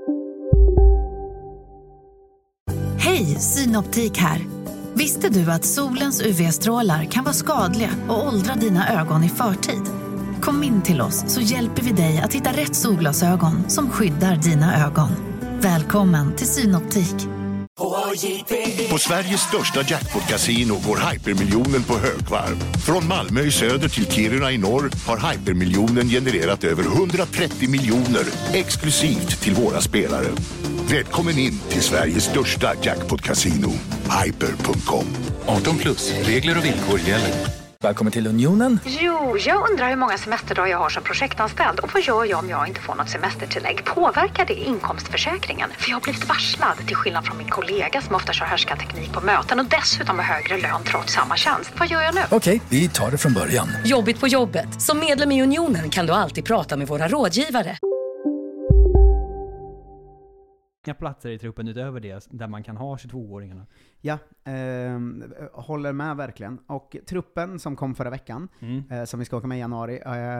Hej, Synoptik här. Visste du att solens UV-strålar kan vara skadliga och åldra dina ögon i förtid? Kom in till oss så hjälper vi dig att hitta rätt solglasögon som skyddar dina ögon. Välkommen till Synoptik. På Sveriges största jackpot-casino går hypermiljonen på högvarv. Från Malmö i söder till Kiruna i norr har hypermiljonen genererat över 130 miljoner exklusivt till våra spelare. Välkommen in till Sveriges största jackpot-casino, hyper.com. 18+, regler och villkor gäller. Välkommen till Unionen. Jo, jag undrar hur många semesterdagar jag har som projektanställd och vad gör jag om jag inte får något semestertillägg? Påverkar det inkomstförsäkringen? För jag har blivit varslad, till skillnad från min kollega som ofta kör härskarteknik på möten och dessutom har högre lön trots samma tjänst. Vad gör jag nu? Okej, vi tar det från början. Jobbigt på jobbet. Som medlem i Unionen kan du alltid prata med våra rådgivare. platser i truppen utöver det där man kan ha 22-åringarna. Ja, håller med verkligen. Och truppen som kom förra veckan, som vi ska åka med i januari,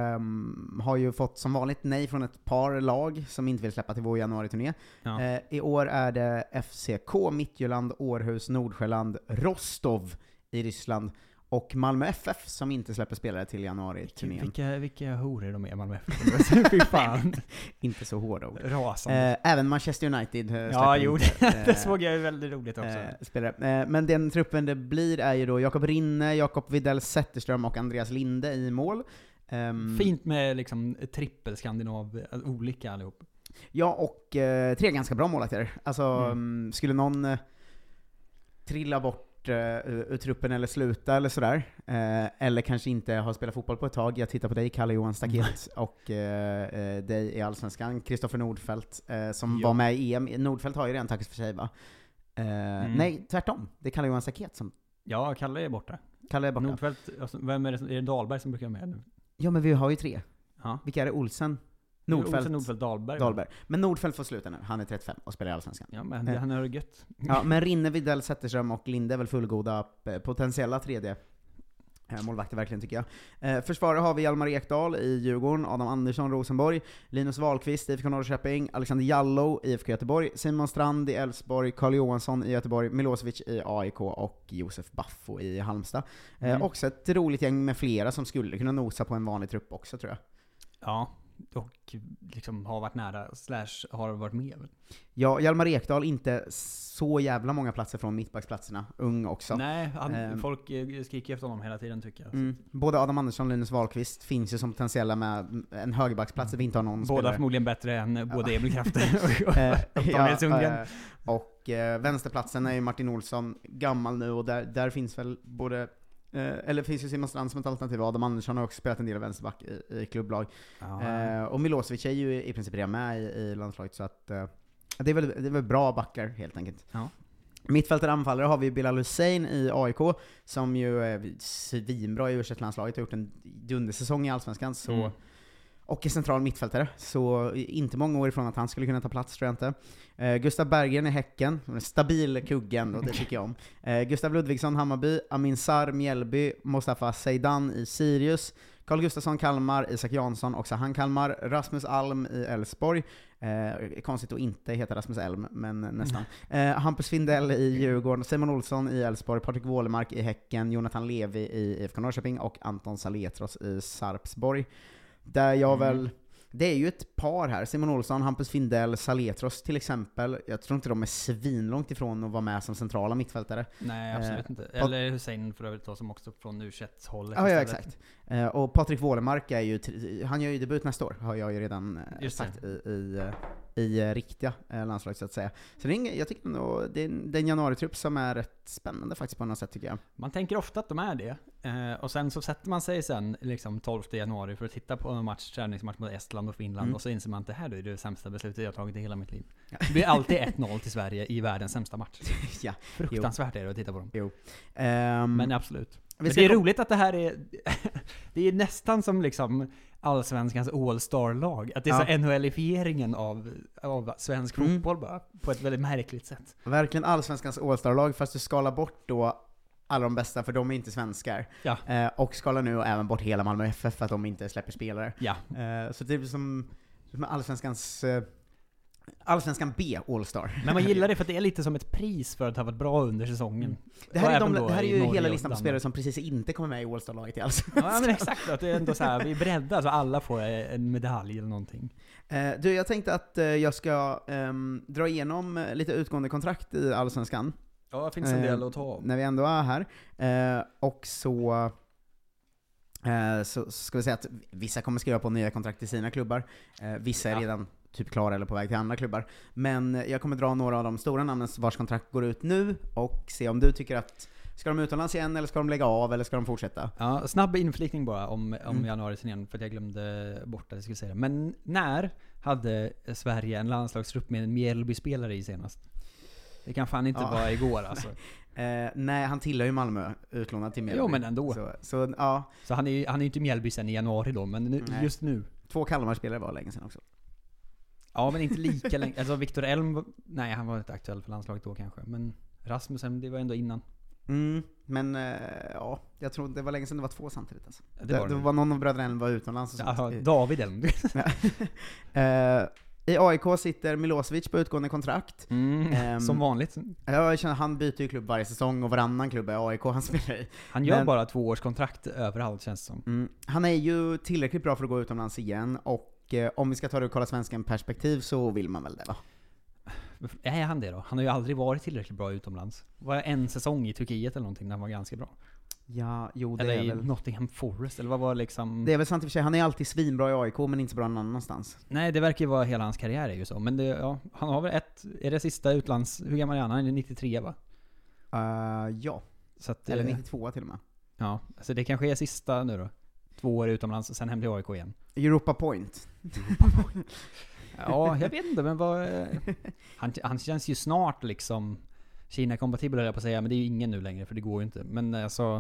har ju fått som vanligt nej från ett par lag som inte vill släppa till vår januari-turné. Ja. I år är det FCK, Midtjylland, Århus, Nordsjälland, Rostov i Ryssland och Malmö FF som inte släpper spelare till januari-turnén. Vilka horor de är, Malmö FF. Fy fan. Inte så hårda ord. Rasande. Även Manchester United ja, jo, det såg jag väldigt roligt också. Spelare. Men den truppen det blir är ju då Jakob Rinne, Jakob Widell Zetterström och Andreas Linde i mål. Fint med liksom trippelskandinav, olika allihop. Ja, och 3 ganska bra målakter. Alltså, skulle någon trilla bort ur truppen eller sluta eller sådär, eller kanske inte har spelat fotboll på ett tag. Jag tittar på dig, Kalle Johan Staket, och dig i Allsvenskan, Kristoffer Nordfeldt, som var med i EM. Nordfeldt har ju redan tagit för sig, va? Nej, tvärtom. Det är Kalle Johan Staket som... Ja, Kalle är borta. Nordfeldt, alltså, vem är det? Är det Dahlberg som brukar vara med nu? Ja, men vi har ju 3. Ja. Vilka är det? Olsen? Nordfeldt, Dahlberg. Men Nordfeldt får sluta nu. Han är 35 och spelar i Allsvenskan. Ja, men han har det gött. Ja, men Rinne, Widell, Zetterström och Linde är väl fullgoda potentiella 3D målvakter verkligen, tycker jag. Försvarare har vi Hjalmar Ekdal i Djurgården, Adam Andersson, Rosenborg, Linus Wahlqvist, IFK Norrköping, Alexander Jallow, IFK Göteborg, Simon Strand i Älvsborg, Carl Johansson i Göteborg, Milosevic i AIK och Josef Baffo i Halmstad. Också ett roligt gäng med flera som skulle kunna nosa på en vanlig trupp också, tror jag. Ja, och liksom har varit nära / har varit med. Ja, Hjalmar Ekdal inte så jävla många platser från mittbacksplatserna. Ung också. Nej, folk skriker efter honom hela tiden, tycker jag. Både Adam Andersson och Linus Wahlqvist finns ju som potentiella med en högerbacksplats. Vi inte har någon båda spelare. Förmodligen bättre än både Emil Krafte och Daniel Sundgren. Och vänsterplatsen är ju Martin Olsson, gammal nu, och där finns väl både Eller finns ju Simon Strand som ett alternativ. Adam Andersson har också spelat en del vänsterback i klubblag. Och Milosevic är ju i princip redan med i landslaget, så att det är väl bra backar helt enkelt. Ja. Mittfältare anfallare har vi Bilal Hussein i AIK, som ju är svinbra i U21-landslaget, har gjort en dundersäsong i Allsvenskan, så och är central mittfältare, så inte många år ifrån att han skulle kunna ta plats, tror jag inte. Gustav Berggren i Häcken, en stabil kuggen, och det tycker jag om. Gustav Ludvigsson, Hammarby, Amin Sarr, Mjällby, Mustafa Seidan i Sirius, Carl Gustafsson, Kalmar, Isak Jansson, också han Kalmar, Rasmus Alm i Elfsborg, konstigt att inte heta Rasmus Elm, men nästan. Hampus Findell i Djurgården, Simon Olsson i Elfsborg, Patrik Wålemark i Häcken, Jonathan Levi i IFK Norrköping och Anton Saletros i Sarpsborg. Där jag väl... Det är ju ett par här. Simon Olsson, Hampus Findell, Saletros till exempel. Jag tror inte de är svinlångt ifrån att vara med som centrala mittfältare. Nej, absolut inte. Eller Hussein för övrigt då, som också från U21-hållet. Ja, exakt. Och Patrik Wålemark är ju... Han gör ju debut nästa år, har jag ju redan sagt i riktiga landslag, så att säga. Så jag tycker ändå det är en januaritrupp som är rätt spännande faktiskt på något sätt, tycker jag. Man tänker ofta att de är det. Och sen så sätter man sig sen liksom 12 januari för att titta på en träningsmatch mot Estland och Finland, och så inser man att det här är det sämsta beslutet jag har tagit i hela mitt liv. Det blir alltid 1-0 till Sverige i världens sämsta match. Ja. Fruktansvärt är det att titta på dem. Jo. Men absolut. Men det är roligt att det här är det är nästan som liksom Allsvenskans All-Star-lag. Att det är så NHL-ifieringen av svensk fotboll bara, på ett väldigt märkligt sätt. Verkligen Allsvenskans All-Star-lag, fast du skalar bort då alla de bästa, för de är inte svenskar. Ja. Och skalar nu även bort hela Malmö FF för att de inte släpper spelare. Ja. Så det är som Allsvenskan B All-Star. Men man gillar det för att det är lite som ett pris för att ha varit bra under säsongen. Det här är ju hela listan på spelare som precis inte kommer med i All-Star-laget i Allsvenskan. Ja, men exakt. Att det är ändå så här, vi är beredda så alla får en medalj eller någonting. Jag tänkte att jag ska dra igenom lite utgående kontrakt i Allsvenskan. Ja, det finns en del att ta av. När vi ändå är här. Och så ska vi säga att vissa kommer skriva på nya kontrakt i sina klubbar. Vissa är redan typ klara eller på väg till andra klubbar. Men jag kommer dra några av de stora namnen vars kontrakt går ut nu och se om du tycker att ska de utomlands igen, eller ska de lägga av, eller ska de fortsätta? Ja, snabb inflikning bara om januari-turnén, för att jag glömde bort att jag skulle säga det. Men när hade Sverige en landslagstrupp med en Mjällby-spelare i senast? Det kan fan inte vara igår alltså. Nej, han tillhör ju Malmö, utlånad till Mjällby. Jo, men ändå. Så han är ju inte Mjällby sen i januari då, men just nu. 2 Kalmar-spelare var länge sedan också. Ja, men inte lika länge. Alltså Viktor Elm, nej, han var inte aktuell för landslaget då kanske. Men Rasmussen, det var ändå innan. Men jag tror det var länge sedan det var 2 samtidigt alltså. Det var någon av bröderna Elm var utomlands. David Elm. I AIK sitter Milosevic på utgående kontrakt. Som vanligt. Jag känner han byter ju klubb varje säsong, och varannan klubb är AIK han spelar i. Han gör bara 2 års kontrakt överallt, känns det som. Han är ju tillräckligt bra för att gå utomlands igen, och om vi ska ta det och kolla svenskan perspektiv så vill man väl det, va? Är han det då? Han har ju aldrig varit tillräckligt bra utomlands. Var en säsong i Turkiet eller någonting när han var ganska bra? Ja, jo, det eller är i väl Nottingham Forest, eller vad var liksom... Det är väl sant i och för sig, han är alltid svinbra i AIK men inte så bra någon annanstans. Nej, det verkar ju vara hela hans karriär är ju så. Men han har väl är det sista utlands... Hur gammal är han? Han är 93, va? Ja. Så att, eller 92 till och med. Ja, alltså det kanske är sista nu då. 2 år utomlands och sen hem till AIK igen. Europa Point. Ja, jag vet inte, men han känns ju snart liksom Kina-kompatibel, höll jag på att säga, men det är ju ingen nu längre, för det går ju inte. Men alltså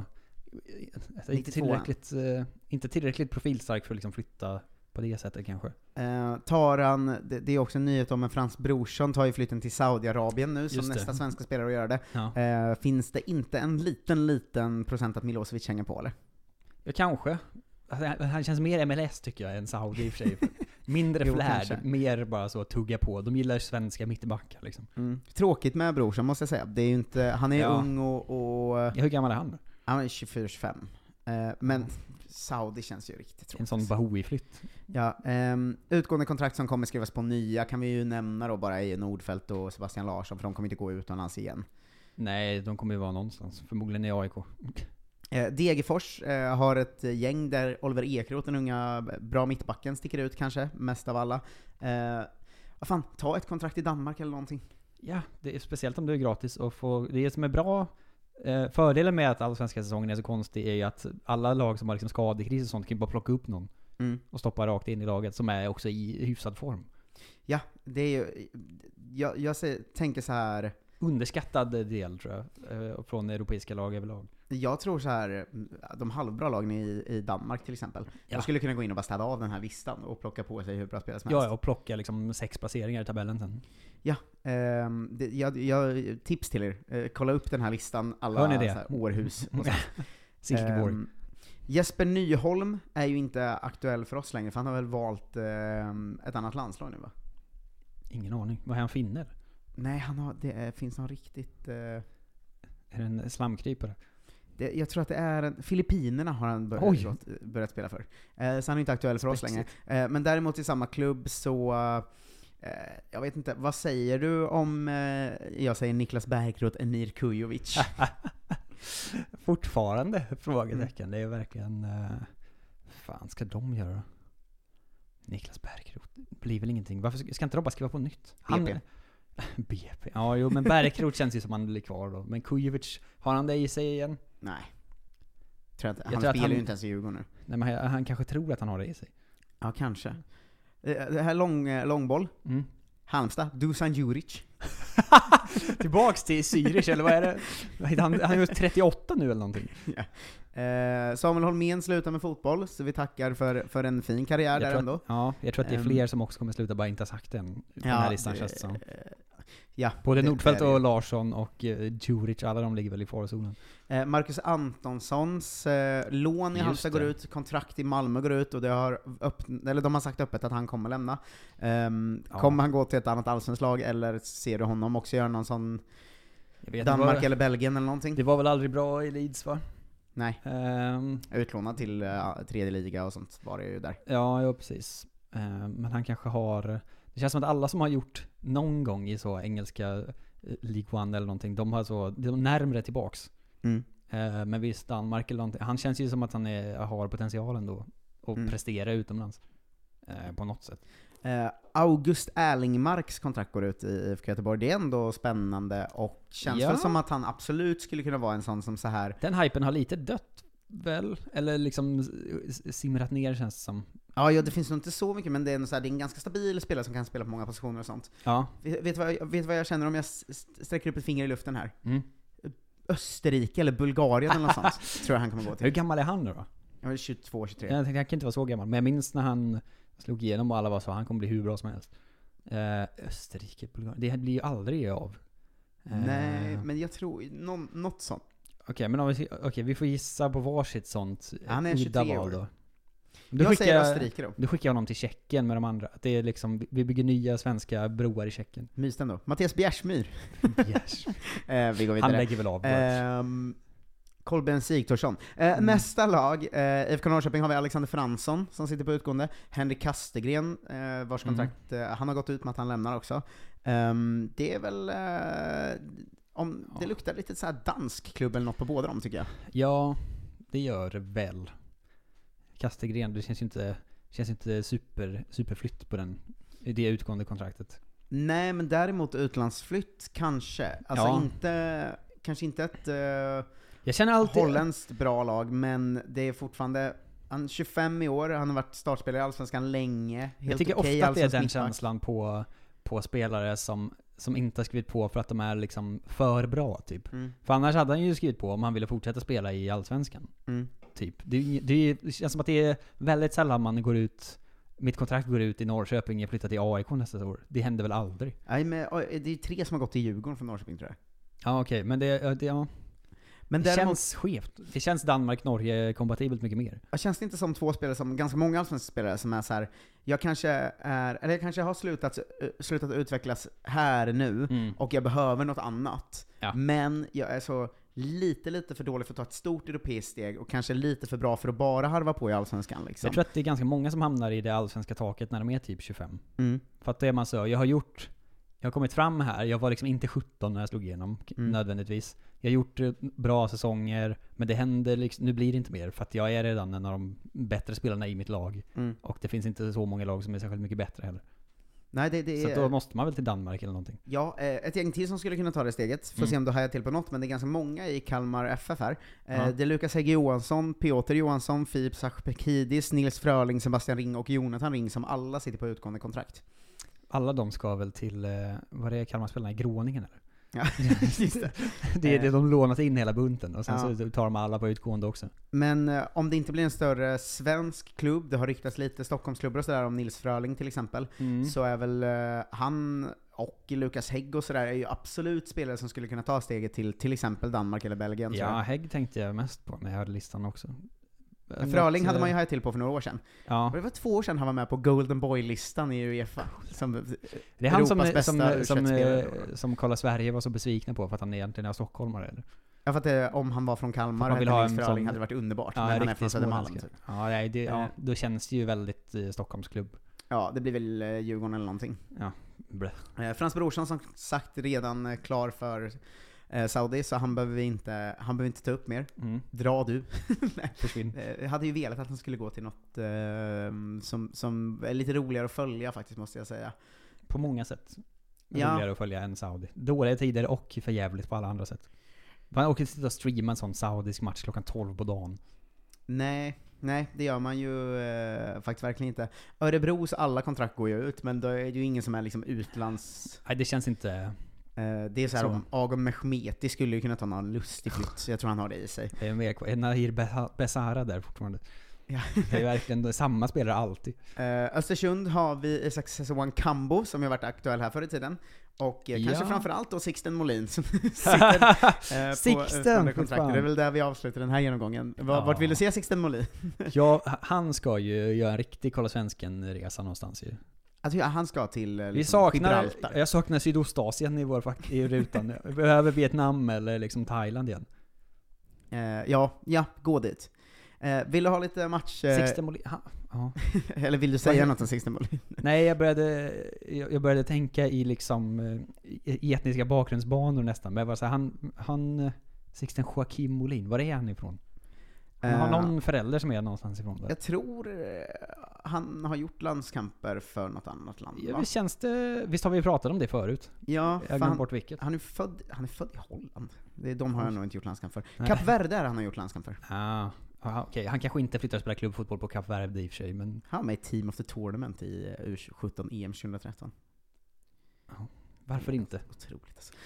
inte tillräckligt profilstark för att liksom flytta på det sättet kanske. Det är också en nyhet om en fransk brorson tar ju flytten till Saudiarabien nu, som nästa svenska spelare att göra det. Ja. Finns det inte en liten procent att Milosevic hänger på, eller? Ja, kanske. Han känns mer MLS tycker jag än Saudi i och för sig. Mindre flärd, mer bara så tugga på. De gillar svenska mittbackar liksom. Tråkigt med brorsan måste jag säga. Det är ju inte, han är ung och ja, hur gammal är han då? Han är 24-25. Men Saudi känns ju riktigt tråkigt. En sån Bahoui-flytt. Ja, utgående kontrakt som kommer skrivas på nya kan vi ju nämna då bara i Nordfeldt och Sebastian Larsson, för de kommer inte gå utomlands igen. Nej, de kommer ju vara någonstans. Förmodligen i AIK. Degerfors har ett gäng där Oliver Ekroth, den unga bra mittbacken, sticker ut kanske mest av alla. Vad fan, ta ett kontrakt i Danmark eller någonting. Ja, det är speciellt om du är gratis och få det som är bra Fördelen med att allsvenska säsongen är så konstig är ju att alla lag som har liksom skadekris och sånt kan bara plocka upp någon och stoppa rakt in i laget som är också i hyfsad form. Ja, det är ju... Jag tänker så här... Underskattad del, tror jag, från europeiska lag överlag. Jag tror så här, de halvbra lagen i Danmark till exempel, de skulle kunna gå in och bara städa av den här listan och plocka på sig hur bra spelare som helst. Ja, och plocka liksom 6 placeringar i tabellen sen. Ja, jag tips till er. Kolla upp den här listan, alla Hör ni det? Så här, Århus och Silkeborg. Jesper Nyholm är ju inte aktuell för oss längre, för han har väl valt ett annat landslag nu, va? Ingen aning. Vad är han, finner? Nej, finns någon riktigt... Är det en slamkrypare? Jag tror att det är Filippinerna har han börjat spela för. Så han är inte aktuell för oss längre. Men däremot i samma klubb så... jag vet inte, vad säger du om jag säger Niklas Bärkroth, Emir Kujovic? Fortfarande frågetecken. Det är verkligen... fan ska de göra? Niklas Bärkroth blir väl ingenting. Varför ska inte de bara skriva på nytt? BP. Ja, jo, men Bärkroth känns ju som han blir kvar då. Men Kujovic, har han det i sig igen? Nej. Han spelar ju inte ens i Djurgården nu. Nej, men han kanske tror att han har det i sig. Ja, kanske. Det här långboll. Halmstad, Dusan Djuric. Tillbaks till Zürich, eller vad är det? Han är ju 38 nu eller någonting. Ja. Samuel Holmén slutar med fotboll, så vi tackar för en fin karriär där ändå. Jag tror att det är fler som också kommer sluta, bara inte ha sagt det än på den här listan, känns det som. Ja, både Nordfeldt och Larsson och Djuric, alla de ligger väl i farozonen. Marcus Antonssons lån i Halmstad går ut, kontrakt i Malmö går ut, och de har sagt öppet att han kommer lämna. Kommer han gå till ett annat allsvenskt lag, eller ser du honom också göra någon sån Danmark eller Belgien eller någonting? Det var väl aldrig bra i Leeds, va? Nej. Utlånad till tredje liga och sånt var det ju där. Ja, precis. Men han kanske har... Det känns som att alla som har gjort någon gång i så engelska League One eller någonting, de är närmare tillbaks. Men visst, Danmark eller någonting. Han känns ju som att han har potentialen då att prestera utomlands på något sätt. August Erlingmarks kontrakt går ut i IFK Göteborg. Det är ändå spännande och känns väl som att han absolut skulle kunna vara en sån som så här. Den hypen har lite dött väl, eller liksom simrat ner, känns det som. Ja, det finns nog inte så mycket, men det är en ganska stabil spelare som kan spela på många positioner och sånt. Ja. Vet vad jag känner om jag sträcker upp ett finger i luften här? Österrike eller Bulgarien eller något sånt, tror jag han kommer gå till. Hur gammal är han då? Jag är 22-23. Jag tänkte han kan inte vara så gammal, men jag minns när han slog igenom och alla var så, han kommer bli hur bra som helst. Österrike, Bulgarien, det blir ju aldrig av. Nej, men jag tror något sånt. Okej, vi får gissa på varsitt sånt. Han är 23 år då. Jag säger Österrike då. Du skickar honom till Tjeckien med de andra. Det är liksom, vi bygger nya svenska broar i Tjeckien. Mys den då. Mattias Bjärsmyr. Vi går vidare. Han lägger väl av. Kolben Sigthorsson. Nästa lag, IFK Norrköping, har vi Alexander Fransson som sitter på utgående. Henrik Kastegren, vars kontrakt han har gått ut med att han lämnar också. Det är väl det luktar lite så här dansk klubb eller något på båda dem, tycker jag. Ja, det gör det väl. Kastegren, det känns inte superflytt på det utgående kontraktet. Nej, men däremot utlandsflytt kanske. Alltså kanske inte ett jag känner alltid holländskt bra lag, men det är fortfarande, han är 25 i år, han har varit startspelare i Allsvenskan länge. Helt jag tycker okej, ofta att det är den känslan på spelare som inte har skrivit på för att de är liksom för bra typ. För annars hade han ju skrivit på om han ville fortsätta spela i Allsvenskan. Typ. Det känns som att det är väldigt sällan man går ut, mitt kontrakt går ut i Norrköping, jag flyttar till AIK nästa år. Det händer väl aldrig. Nej, men det är 3 som har gått till Djurgården från Norrköping, tror jag. Ja, okej, men men det känns skevt. Det känns Danmark-Norge kompatibelt mycket mer. Jag känns det inte som 2 spelare, som ganska många allsvenska spelare som är så här, jag kanske har slutat utvecklas här nu och jag behöver något annat. Ja. Men jag är så lite för dålig för att ta ett stort europeiskt steg och kanske lite för bra för att bara harva på i Allsvenskan liksom. Jag tror att det är ganska många som hamnar i det allsvenska taket när de är typ 25. För att det är man så, jag har kommit fram här, jag var liksom inte 17 när jag slog igenom nödvändigtvis. Jag har gjort bra säsonger, men det händer liksom, nu blir det inte mer för att jag är redan en av de bättre spelarna i mitt lag. Och det finns inte så många lag som är särskilt mycket bättre heller. Nej, så då måste man väl till Danmark eller någonting. Ja, ett gäng till som skulle kunna ta det steget. Får se om du hajar till på något, men det är ganska många i Kalmar FF här. Det är Lukas Hägg Johansson, Piotr Johansson, Filip Sachpekidis, Nils Fröling, Sebastian Ring och Jonathan Ring som alla sitter på utgående kontrakt. Alla de ska väl till, vad är Kalmar-spelarna i Groningen eller? Ja, just det. Det är det de lånat in hela bunten, och sen så tar de alla på utgående också. Men om det inte blir en större svensk klubb, det har ryktats lite Stockholmsklubbar och sådär om Nils Fröling till exempel, så är väl han och Lukas Hägg och sådär är ju absolut spelare som skulle kunna ta steget till exempel Danmark eller Belgien. Ja, Hägg tänkte jag mest på när jag hörde listan också. Fröling hade man ju hajat till på för några år sedan. Ja. Det var 2 år sedan han var med på Golden Boy-listan i UEFA. Det är han som Kolla Sverige var så besvikna på för att han egentligen är stockholmare, eller? Ja, för att om han var från Kalmar eller Fröling hade det varit underbart. Ja, men han är från Södermalm. Ja, då känns det ju väldigt Stockholmsklubb. Ja, det blir väl Djurgården eller någonting. Ja. Frans Brorsson som sagt redan klar för Saudi, så han behöver inte ta upp mer. Dra du. Försvinn. Jag hade ju velat att han skulle gå till något som är lite roligare att följa faktiskt, måste jag säga. På många sätt. Roligare att följa än Saudi. Dåliga tider och för jävligt på alla andra sätt. Man åker sitta och streama en sån saudisk match klockan 12 på dagen. Nej, det gör man ju faktiskt verkligen inte. Örebros alla kontrakt går ju ut, men då är det ju ingen som är liksom utlands... Nej, det känns inte... Det är så här, om Agam Mehmeti skulle ju kunna ta någon lustig flytt, så jag tror han har det i sig. Det är mer kvar. Nahir Besara där fortfarande. Ja. Det är verkligen samma spelare alltid. Östersund har vi Isak Sessoan Kambo som har varit aktuell här förr i tiden. Och kanske framförallt då Sixten Molin som sitter på kontrakt. Det är väl där vi avslutar den här genomgången. Vart vill du se Sixten Molin? Ja, han ska ju göra en riktig Kolla Svensken-resa någonstans ju. Alltså, han ska till jag saknar Sydostasien i rutan. Vi behöver Vietnam eller liksom Thailand igen. Gå dit. Vill du ha lite match... Sixten Molin. Eller vill du säga något om Sixten Molin? Nej, jag började tänka i liksom etniska bakgrundsbanor nästan. Men jag var så här, han Sixten Joakim Molin, var är han ifrån? Han har någon förälder som är någonstans ifrån där. Jag tror han har gjort landskamper för något annat land. Ja, visst har vi pratat om det förut? Ja, jag glömde bort vilket. Han är född i Holland. De har jag nog inte gjort landskamp för. Kap Verde han har gjort landskamp för. Okej. Han kanske inte flyttar och spelar klubbfotboll på Kap Verde i och för sig, men... Han var med i Team of the Tournament i U17 EM 2013. Varför inte? Otroligt alltså.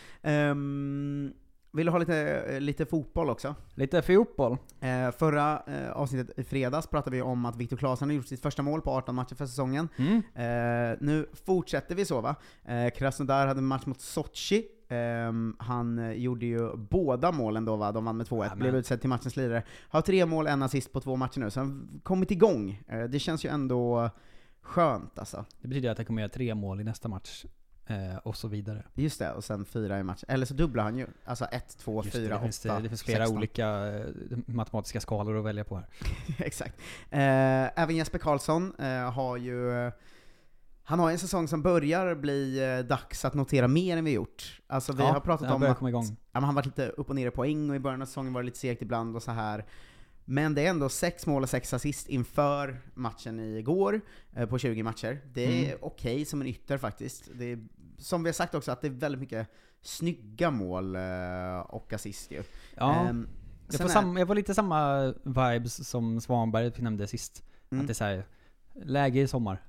Vill du ha lite fotboll också? Lite fotboll. Förra avsnittet i fredags pratade vi om att Viktor Claesson har gjort sitt första mål på 18 matcher för säsongen. Nu fortsätter vi så, va? Krasnodar hade en match mot Sochi. Han gjorde ju båda målen då, va? De vann med 2-1, blev utsedd till matchens lirare. Har 3 mål, 1 assist på 2 matcher nu, så han har kommit igång. Det känns ju ändå skönt alltså. Det betyder att han kommer göra 3 mål i nästa match. Och så vidare. Just det, och sen 4 i match. Eller så dubblar han ju. Alltså 1, 2, 4, 8, det finns flera 16 olika matematiska skalor att välja på här. Exakt. Även Jesper Karlsson har ju... Han har en säsong som börjar bli dags att notera mer än vi gjort. Alltså vi har pratat om att han varit lite upp och ner i poäng, och i början av säsongen var det lite segt ibland och så här. Men det är ändå 6 mål och 6 assist inför matchen igår på 20 matcher. Det är okej som en ytter faktiskt. Det är, som vi har sagt också, att det är väldigt mycket snygga mål och assist ju. Ja, jag får lite samma vibes som Svanberg nämnde sist. Att det är så här, läge i sommar.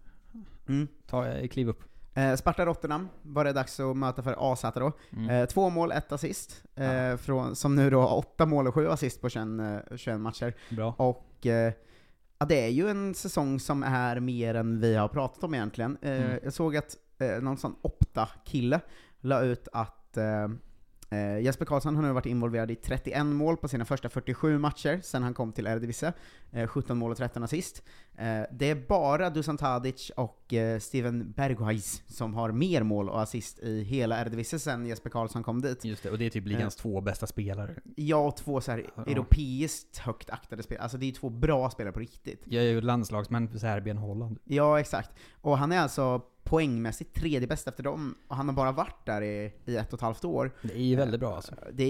Kliv upp. Sparta Rotterdam var det dags att möta för AZ då. 2 mål, 1 assist. Som nu då 8 mål och 7 assist på 21 matcher. Bra. Och det är ju en säsong som är mer än vi har pratat om egentligen. Jag såg att någon sån Opta-kille la ut att Jesper Karlsson har nu varit involverad i 31 mål på sina första 47 matcher sen han kom till Eredivisie. 17 mål och 13 assist. Det är bara Dusan Tadic och Steven Berghuis som har mer mål och assist i hela Eredivisie sen Jesper Karlsson kom dit. Just det, och det är typ ligans 2 bästa spelare. Ja, och 2 så här europeiskt högt aktade spelare. Alltså det är 2 bra spelare på riktigt. Jag är ju landslagsmän för Serbien och Holland. Ja, exakt. Och han är alltså poängmässigt 3:e bäst efter dem, och han har bara varit där i 1,5 år. Det är ju väldigt bra alltså. Det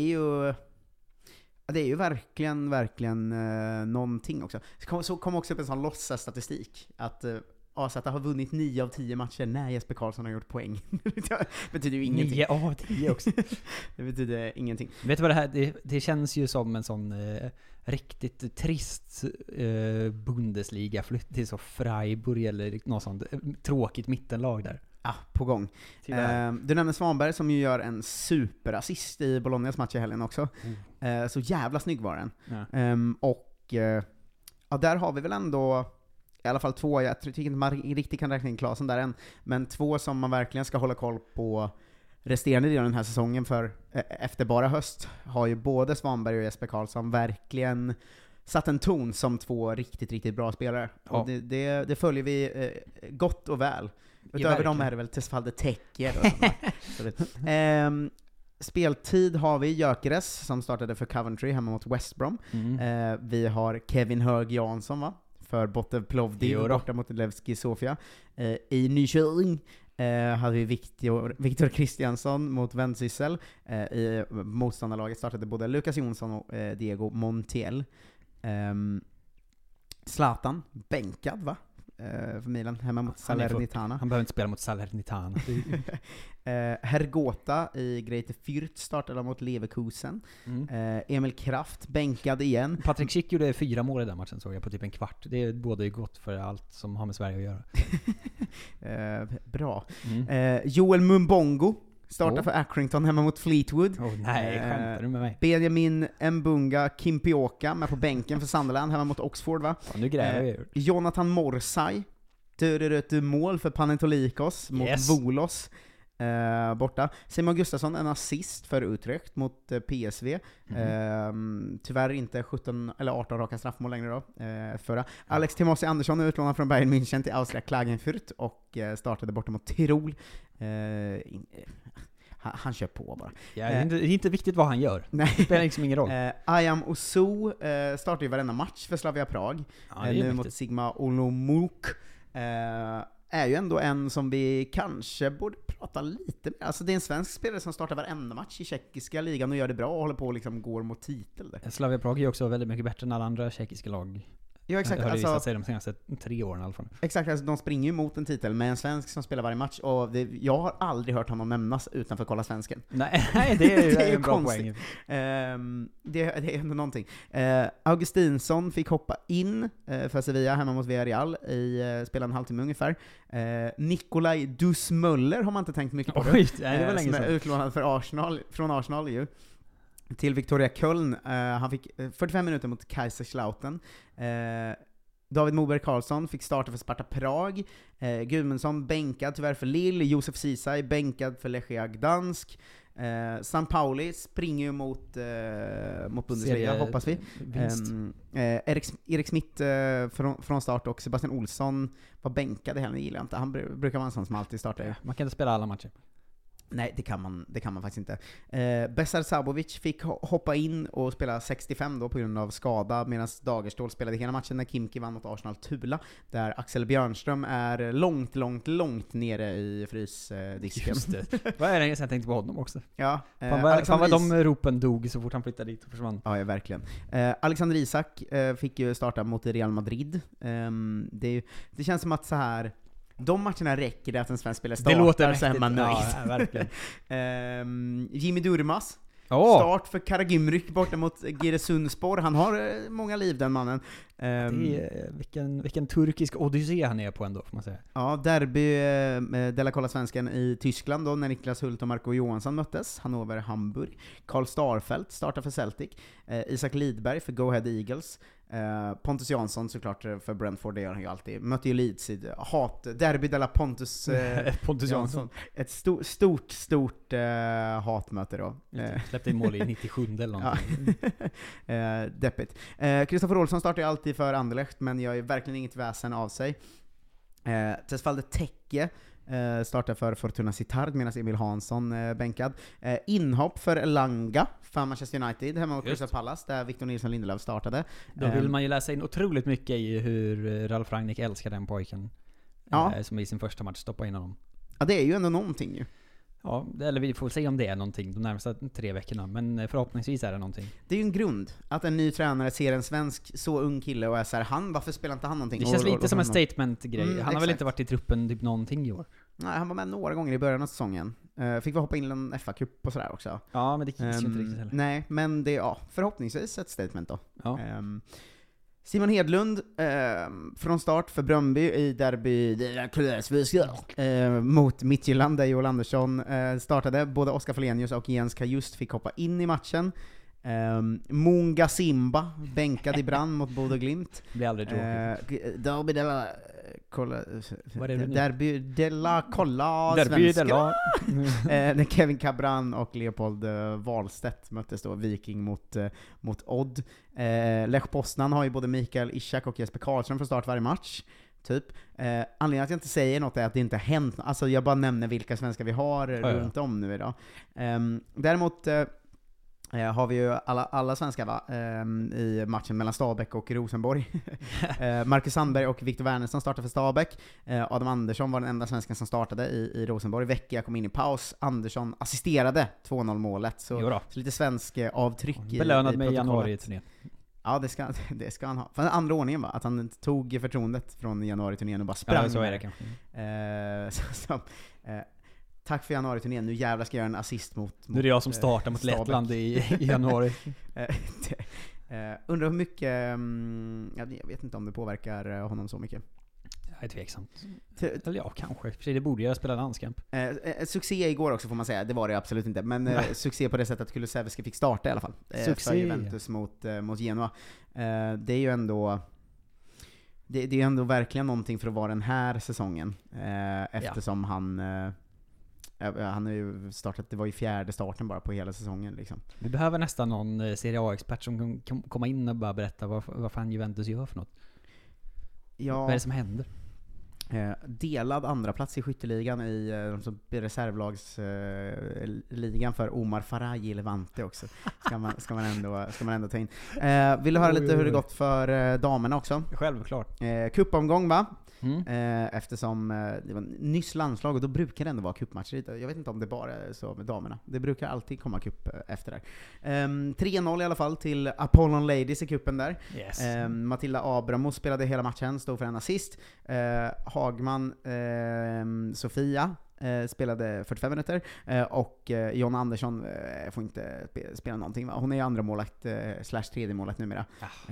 är ju verkligen någonting också. Så kom också upp en sån låtsasstatistik att AZ har vunnit 9 av 10 matcher när Jesper Karlsson har gjort poäng. Det betyder ju ingenting. 9 av 10 också. Det betyder ingenting. Vet du vad det här, det känns ju som en sån riktigt trist Bundesliga-flytt till så Freiburg eller något sånt tråkigt mittenlag där. Ja, på gång. Du nämner Svanberg som ju gör en superassist i Bolognas match i helgen också. Så jävla snygg var den. Ja. Där har vi väl ändå i alla fall 2, jag tycker inte man riktigt kan räkna in Klasen där än, men 2 som man verkligen ska hålla koll på resterande delen den här säsongen, för efter bara höst har ju både Svanberg och Jesper Karlsson verkligen satt en ton som 2 riktigt, riktigt bra spelare. Ja. Och det följer vi gott och väl. Utöver dem är det väl Tesfalde Tekke. Speltid har vi Gyökeres som startade för Coventry hemma mot West Brom. Vi har Kevin Hög Jansson för Botev Plovdiv borta mot Levski Sofia. I Nyköping hade vi Viktor Kristiansson mot Vendsyssel. I motståndarlaget startade både Lukas Jonsson och Diego Montiel. Zlatan bänkad för Milan hemma mot Salernitana. Han behöver inte spela mot Salernitana. Hergota i Greite Fürth startade mot Leverkusen. Emil Kraft bänkad igen. Patrik Schick gjorde 4 mål i den matchen, såg jag, på typ en kvart. Det är både gott för allt som har med Sverige att göra. Bra. Joel Mumbongo startar för Accrington hemma mot Fleetwood. Nej, skämtar du med mig? Benjamin Mbunga Kimpioka med på bänken för Sunderland hemma mot Oxford, va? Nu gräver jag. Jonathan Morsay mål för Panathinaikos mot Volos borta. Simon Gustafsson en assist för Utrecht mot PSV. Tyvärr inte 17 eller 18 raka straffmål längre då. Förra. Alex Timossi Andersson är utlånad från Bayern München till Austria Klagenfurt och startade borta mot Tirol. Han kör på bara. Ja, det är inte viktigt vad han gör. Nej. Det spelar liksom ingen roll. Ayam Osu startar ju varenda match för Slavia Prag. Nu mot Sigma Olomouc. Är ju ändå en som vi kanske borde prata lite med. Alltså det är en svensk spelare som startar varenda match i tjeckiska ligan och gör det bra och håller på och liksom går mot titel där. Slavia Prag är också väldigt mycket bättre än alla andra tjeckiska lag. Ja, exakt. Det har det visat sig de senaste 3 åren i alla fall. Exakt, alltså de springer ju mot en titel med en svensk som spelar varje match, och jag har aldrig hört honom nämnas utanför Kolla Svensken. Nej, det är ju en bra poäng. Det är ändå någonting. Augustinsson fick hoppa in för Sevilla hemma mot Villarreal i spela en halvtimme ungefär. Nikolaj Dusmöller har man inte tänkt mycket på. Det var länge som sedan. är utlånad från Arsenal ju. Till Victoria Köln. Han fick 45 minuter mot Kaiserslautern. David Moberg Karlsson fick starta för Sparta Prag. Gudmundsson bänkad tyvärr för Lille. Josef Ceesay bänkad för Lechia Gdansk. San Pauli springer ju mot Bundesliga, hoppas vi. Erik Smith från start, och Sebastian Olsson var bänkad i helgen, gillar jag inte. Han brukar vara en sån som alltid startar. Man kan inte spela alla matcher. Nej, det kan man faktiskt inte. Besar Sabovic fick hoppa in och spela 65 då på grund av skada, medan Dagerstål spelade hela matchen när Kimki vann mot Arsenal Tula, där Axel Björnström är långt nere i frysdisken. Just det. Vad är det jag tänkte på honom också? Ja, fan vad de ropen dog så fort han flyttade dit och försvann. Ja, verkligen. Alexander Isak fick ju starta mot Real Madrid. Det känns som att så här, de matcherna räcker det att en svensk spelare startar, det låter så är man nöjd. Ja, verkligen. Jimmy Durmaz start för Karagümrük borta mot Giresunspor. Han har många liv, den mannen. Vilken turkisk odyssé han är på ändå, får man säga. Ja, derby Della Kolla Svensken i Tyskland då, när Niklas Hult och Marco Johansson möttes. Hannover-Hamburg. Karl Starfelt startar för Celtic. Isak Lidberg för Go Ahead Eagles. Pontus Jansson såklart för Brentford, det gör han ju alltid. Mötte ju Leeds i derby Della Pontus Jansson. Ett stort hatmöte då. Släppte in mål i 97 eller någonting. Deppigt. Kristoffer Olsson startar ju alltid för Anderlecht, men gör ju verkligen inget väsen av sig. Tesfalde Tekke startar för Fortuna Sittard, medan Emil Hansson bänkad. Inhopp för Langa för Manchester United hemma mot Crystal Palace, där Victor Nilsson Lindelöf startade. Då vill man ju läsa in otroligt mycket i hur Ralf Rangnick älskar den pojken. Som i sin första match stoppade in honom. Ja, det är ju ändå någonting ju. Ja, eller vi får se om det är någonting de närmaste 3 veckorna, men förhoppningsvis är det någonting. Det är ju en grund, att en ny tränare ser en svensk så ung kille och är så här, varför spelar inte han någonting? Det känns lite som en statement-grej. Han har väl inte varit i truppen typ någonting i år? Nej, han var med några gånger i början av säsongen. Fick vi hoppa in i en FA-cup och sådär också. Ja, men det känns ju inte riktigt heller. Nej, men det är förhoppningsvis ett statement då. Ja. Simon Hedlund från start för Bröndby i derby mot Midtjylland, där Joel Andersson startade. Både Oskar Falenius och Jens Kajust fick hoppa in i matchen. Munga Simba bänkad i brand mot Bodø Glimt. Det blir aldrig tråkigt. Derby de la Kolla Derby svenska. de la. När Kevin Cabran och Leopold Wahlstedt möttes då, Viking mot Odd. Lech Poznan har ju både Mikael Ishak och Jesper Karlsson från start varje match. Typ. Anledningen att jag inte säger något är att det inte har hänt. Alltså jag bara nämner vilka svenskar vi har runt om nu idag. Däremot har vi ju alla svenskar i matchen mellan Stabäck och Rosenborg. Marcus Sandberg och Viktor Wernersson startade för Stabäck. Adam Andersson var den enda svensken som startade i Rosenborg. Vecchia kom in i paus. Andersson assisterade 2-0-målet. Så lite svensk avtryck belönad i med januari-turnén. Ja, det ska han ha. För andra ordningen var att han tog förtroendet från januari-turnén och bara sprang. Ja, så är det kanske. Tack för januari-turnén, nu jävlar ska jag göra en assist mot nu är det jag som startar mot Lettland i januari. Undrar hur mycket, jag vet inte om det påverkar honom så mycket. Jag är tveksamt. Eller ja, kanske. För det borde jag spela landskamp. Succé igår också får man säga, det var det absolut inte. Men succé på det sättet att Kulusevski fick starta i alla fall. För Juventus mot Genoa. Det är ju ändå... Det är ändå verkligen någonting för att vara den här säsongen. Eftersom han har ju startat, det var ju 4:e starten bara på hela säsongen liksom. Vi behöver nästan någon Serie A-expert som kan komma in och bara berätta vad fan Juventus gör för något. Ja. Vad är det som händer? Delad andra plats i skytteligan i reservlagsligan för Omar Faraj i Levante också. Ska man ändå ta in. Vill du höra lite hur det gått för damerna också? Självklart. Cupomgång va? Eftersom det var nyss landslag och då brukar det ändå vara cupmatcher. Jag vet inte om det bara är så med damerna. Det brukar alltid komma cup efter där. 3-0 i alla fall till Apollon Ladies i cupen där. Yes. Matilda Abramo spelade hela matchen, stod för en assist. Hagman Sofia spelade 45 minuter och John Andersson får inte spela någonting va? Hon är andra målakt slash tredje målakt numera.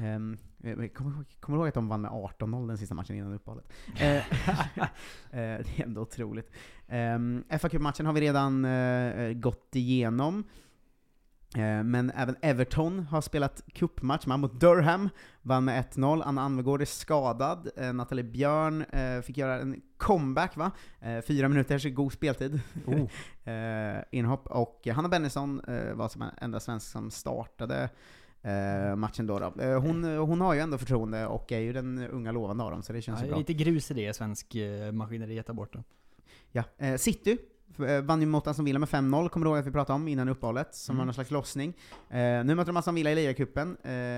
Kommer ihåg att de vann med 18-0 den sista matchen innan uppehållet. Det är ändå otroligt. FA-cupmatchen har vi redan gått igenom. Men även Everton har spelat cupmatch mot Durham, vann med 1-0. Anna Anvegård är skadad. Nathalie Björn fick göra en comeback va? 4 minuter, så god speltid. Inhopp. Och Hanna Bennison var som enda svensk som startade matchen då. Hon har ju ändå förtroende och är ju den unga lovande av dem, så det känns bra. Lite grus i det svensk maskineri där borta. Ja, City vann ju mot Aston Villa med 5-0, kommer du ihåg att vi pratade om innan uppehållet, som var någon slags lossning. Nu möter de Aston Villa i ligacupen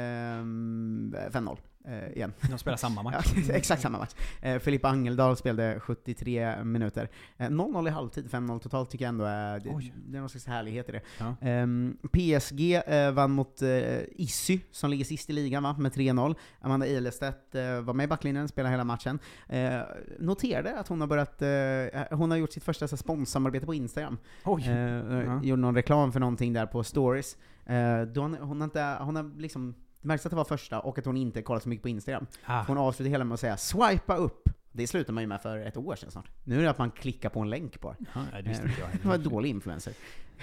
5-0 igen. De spelar samma match. Ja, exakt samma match. Filippa Angeldal spelade 73 minuter. 0-0 i halvtid, 5-0 totalt tycker jag ändå är, det är någon slags härlighet i det. Ja. PSG vann mot Issy, som ligger sist i ligan va, med 3-0. Amanda Ilestedt var med i backlinjen, spelade hela matchen. Noterade att hon har börjat, hon har gjort sitt första sponsorsamarbete på Instagram. Gjorde någon reklam för någonting där på stories. Hon har liksom märks att det var första och att hon inte kollat så mycket på Instagram. Hon avslutade hela med att säga swipa upp. Det slutar man ju med för ett år sedan snart. Nu är det att man klickar på en länk på. Det var en dålig influencer.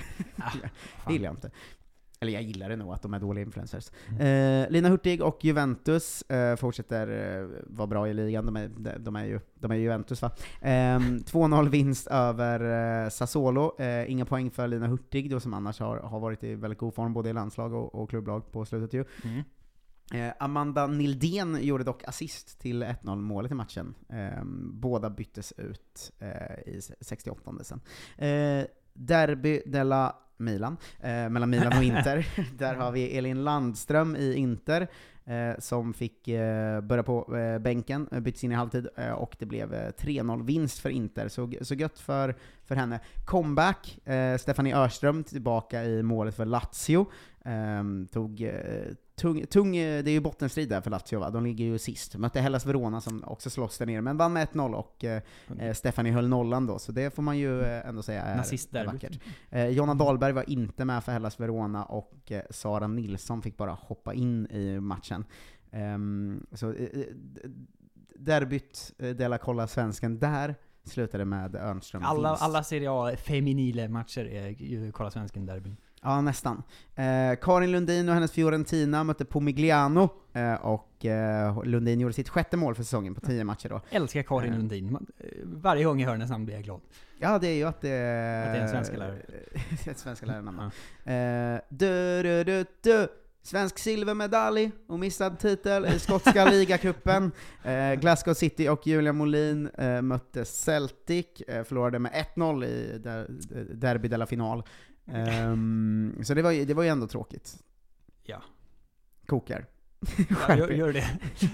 Det gillar jag inte. Eller jag gillar det nog att de är dåliga influencers. Lina Hurtig och Juventus fortsätter vara bra i ligan. De är Juventus va? 2-0 vinst över Sassuolo. Inga poäng för Lina Hurtig då, som annars har varit i väldigt god form både i landslag och klubblag på slutet ju. Amanda Nildén gjorde dock assist till 1-0 målet i matchen. Båda byttes ut i 68 sen. Derby della Milan, mellan Milan och Inter. Där har vi Elin Landström i Inter. som fick börja på bänken, byttes in i halvtid, och det blev 3-0 vinst för Inter, så gött för henne. Comeback, Stefanie Örström tillbaka i målet för Lazio, tog tung, det är ju bottenstrid där för Lazio, va? De ligger ju sist. Mötte Hellas Verona som också slåss där nere, men vann med 1-0 och Stefanie höll nollan då, så det får man ju ändå säga är vackert. Jonna Dahlberg var inte med för Hellas Verona och Sara Nilsson fick bara hoppa in i matchen. Så derbyt dela kolla svensken där slutade med Örnström. Alla Serie A feminile matcher är ju kolla svensken derbyn. Ja, nästan. Karin Lundin och hennes Fiorentina mötte Pomigliano, och Lundin gjorde sitt 6:e mål för säsongen på 10 matcher då. Älskar Karin Lundin. Varje gång jag hör hennes namn blir jag glad. Ja, det är ju att det är en svenska lärare. Ett svenska lärarnamn. Svensk silvermedalj och missad titel i skotska ligacupen. Glasgow City och Julia Molin mötte Celtic, förlorade med 1-0 i derby della final. Så det var ju ändå tråkigt. Ja. Kokar. Ja, gör det.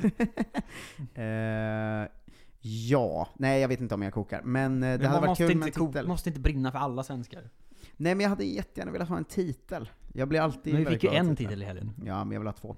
Ja, nej jag vet inte om jag kokar, men det hade varit kul med en titel. Måste inte brinna för alla svenskar. Nej, men jag hade jättegärna velat ha en titel. Jag blir alltid. Men vi fick ju en titel i helgen. Ja, men jag vill ha 2.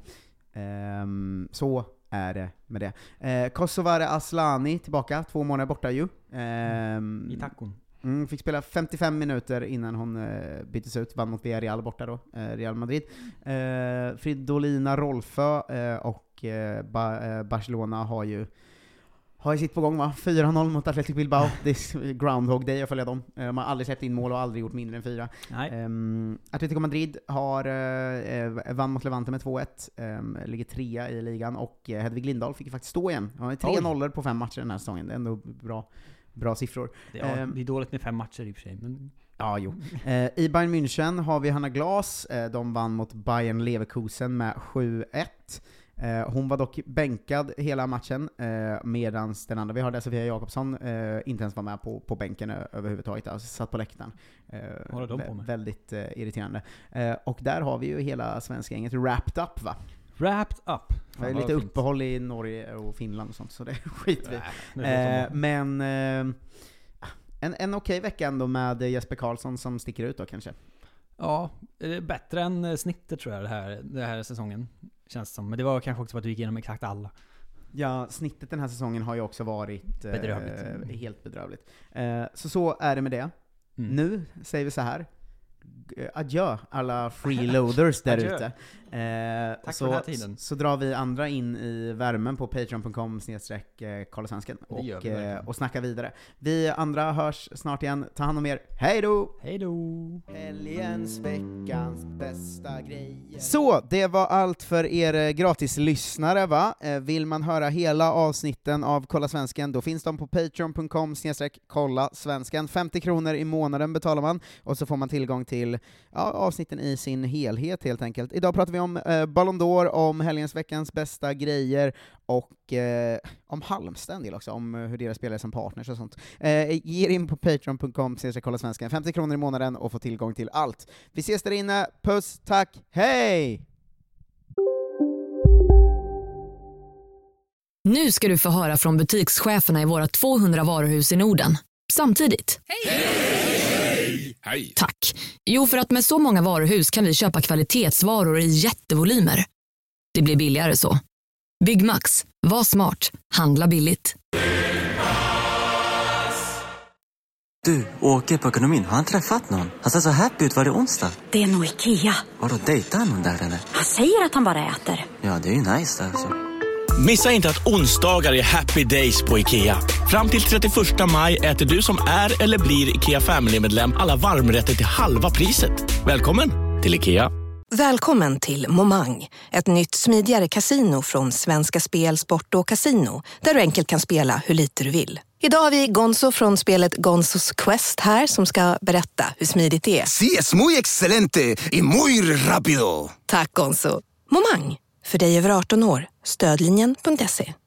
Så är det med det. Kosovare Aslani tillbaka, 2 månader borta ju. I tacon. Fick spela 55 minuter innan hon byttes ut, vann mot Villarreal borta då, Real Madrid. Fridolina Rolfö och Barcelona har ju sitt på gång, va? 4-0 mot Athletic Bilbao. Det är Groundhog Day att följa dem. Man har aldrig släppt in mål och aldrig gjort mindre än 4. Atletico Madrid vann mot Levante med 2-1. Ligger 3 i ligan, och Hedvig Lindahl fick ju faktiskt stå igen. Han har 3-0 på 5 matcher den här säsongen. Det är ändå bra siffror. Det är dåligt med 5 matcher i och för sig, men... Ja, jo. I Bayern München har vi Hanna Glas. De vann mot Bayern Leverkusen med 7-1. Hon var dock bänkad hela matchen, medan den andra vi hörde, Sofia Jakobsson, inte ens var med på bänken överhuvudtaget, alltså satt på läktaren. Håller de på med? Väldigt irriterande. Och där har vi ju hela svenska gänget wrapped up, va? Wrapped up. Det är lite uppehåll i Norge och Finland och sånt, så det skiter vi. Men en okej vecka ändå med Jesper Karlsson som sticker ut då kanske. Ja, bättre än snittet tror jag det här säsongen känns som. Men det var kanske också för att du gick igenom exakt alla. Ja, snittet den här säsongen har ju också varit bedrövligt. Helt bedrövligt. Så är det med det. Nu säger vi så här: adjö alla freeloaders där ute. Tack för den här tiden. Så drar vi andra in i värmen på patreon.com/kollasvensken och snackar vidare. Vi andra hörs snart igen. Ta hand om er. Hej då! Hej då! Helgens veckans bästa grejer. Så, det var allt för er gratislyssnare, va? Vill man höra hela avsnitten av Kolla Svensken, då finns de på patreon.com/kollasvensken. 50 kronor i månaden betalar man, och så får man tillgång till avsnitten i sin helhet helt enkelt. Idag pratar vi om Ballon d'Or, om helgens veckans bästa grejer och om Halmstad en del också, om hur deras spelare som partners och sånt. Ge in på patreon.com/kollasvensken, 50 kronor i månaden och få tillgång till allt. Vi ses där inne, puss, tack, hej! Nu ska du få höra från butikscheferna i våra 200 varuhus i Norden. Samtidigt. Hej! Hej! Tack. Jo, för att med så många varuhus kan vi köpa kvalitetsvaror i jättevolymer. Det blir billigare så. Byggmax. Var smart. Handla billigt. Du, Åke på ekonomin, har han träffat någon? Han ser så happy ut, var det onsdag? Det är nog Ikea. Har du dejtat någon där eller? Han säger att han bara äter. Ja, det är ju nice alltså. Missa inte att onsdagar är happy days på IKEA. Fram till 31 maj äter du som är eller blir IKEA Family-medlem alla varmrätter till halva priset. Välkommen till IKEA. Välkommen till Momang, ett nytt smidigare kasino från Svenska Spel, Sport och Casino, där du enkelt kan spela hur lite du vill. Idag har vi Gonzo från spelet Gonzos Quest här som ska berätta hur smidigt det är. Sí, es muy excelente y muy rápido. Tack Gonzo. Momang, för dig över 18 år. Stödlinjen.se.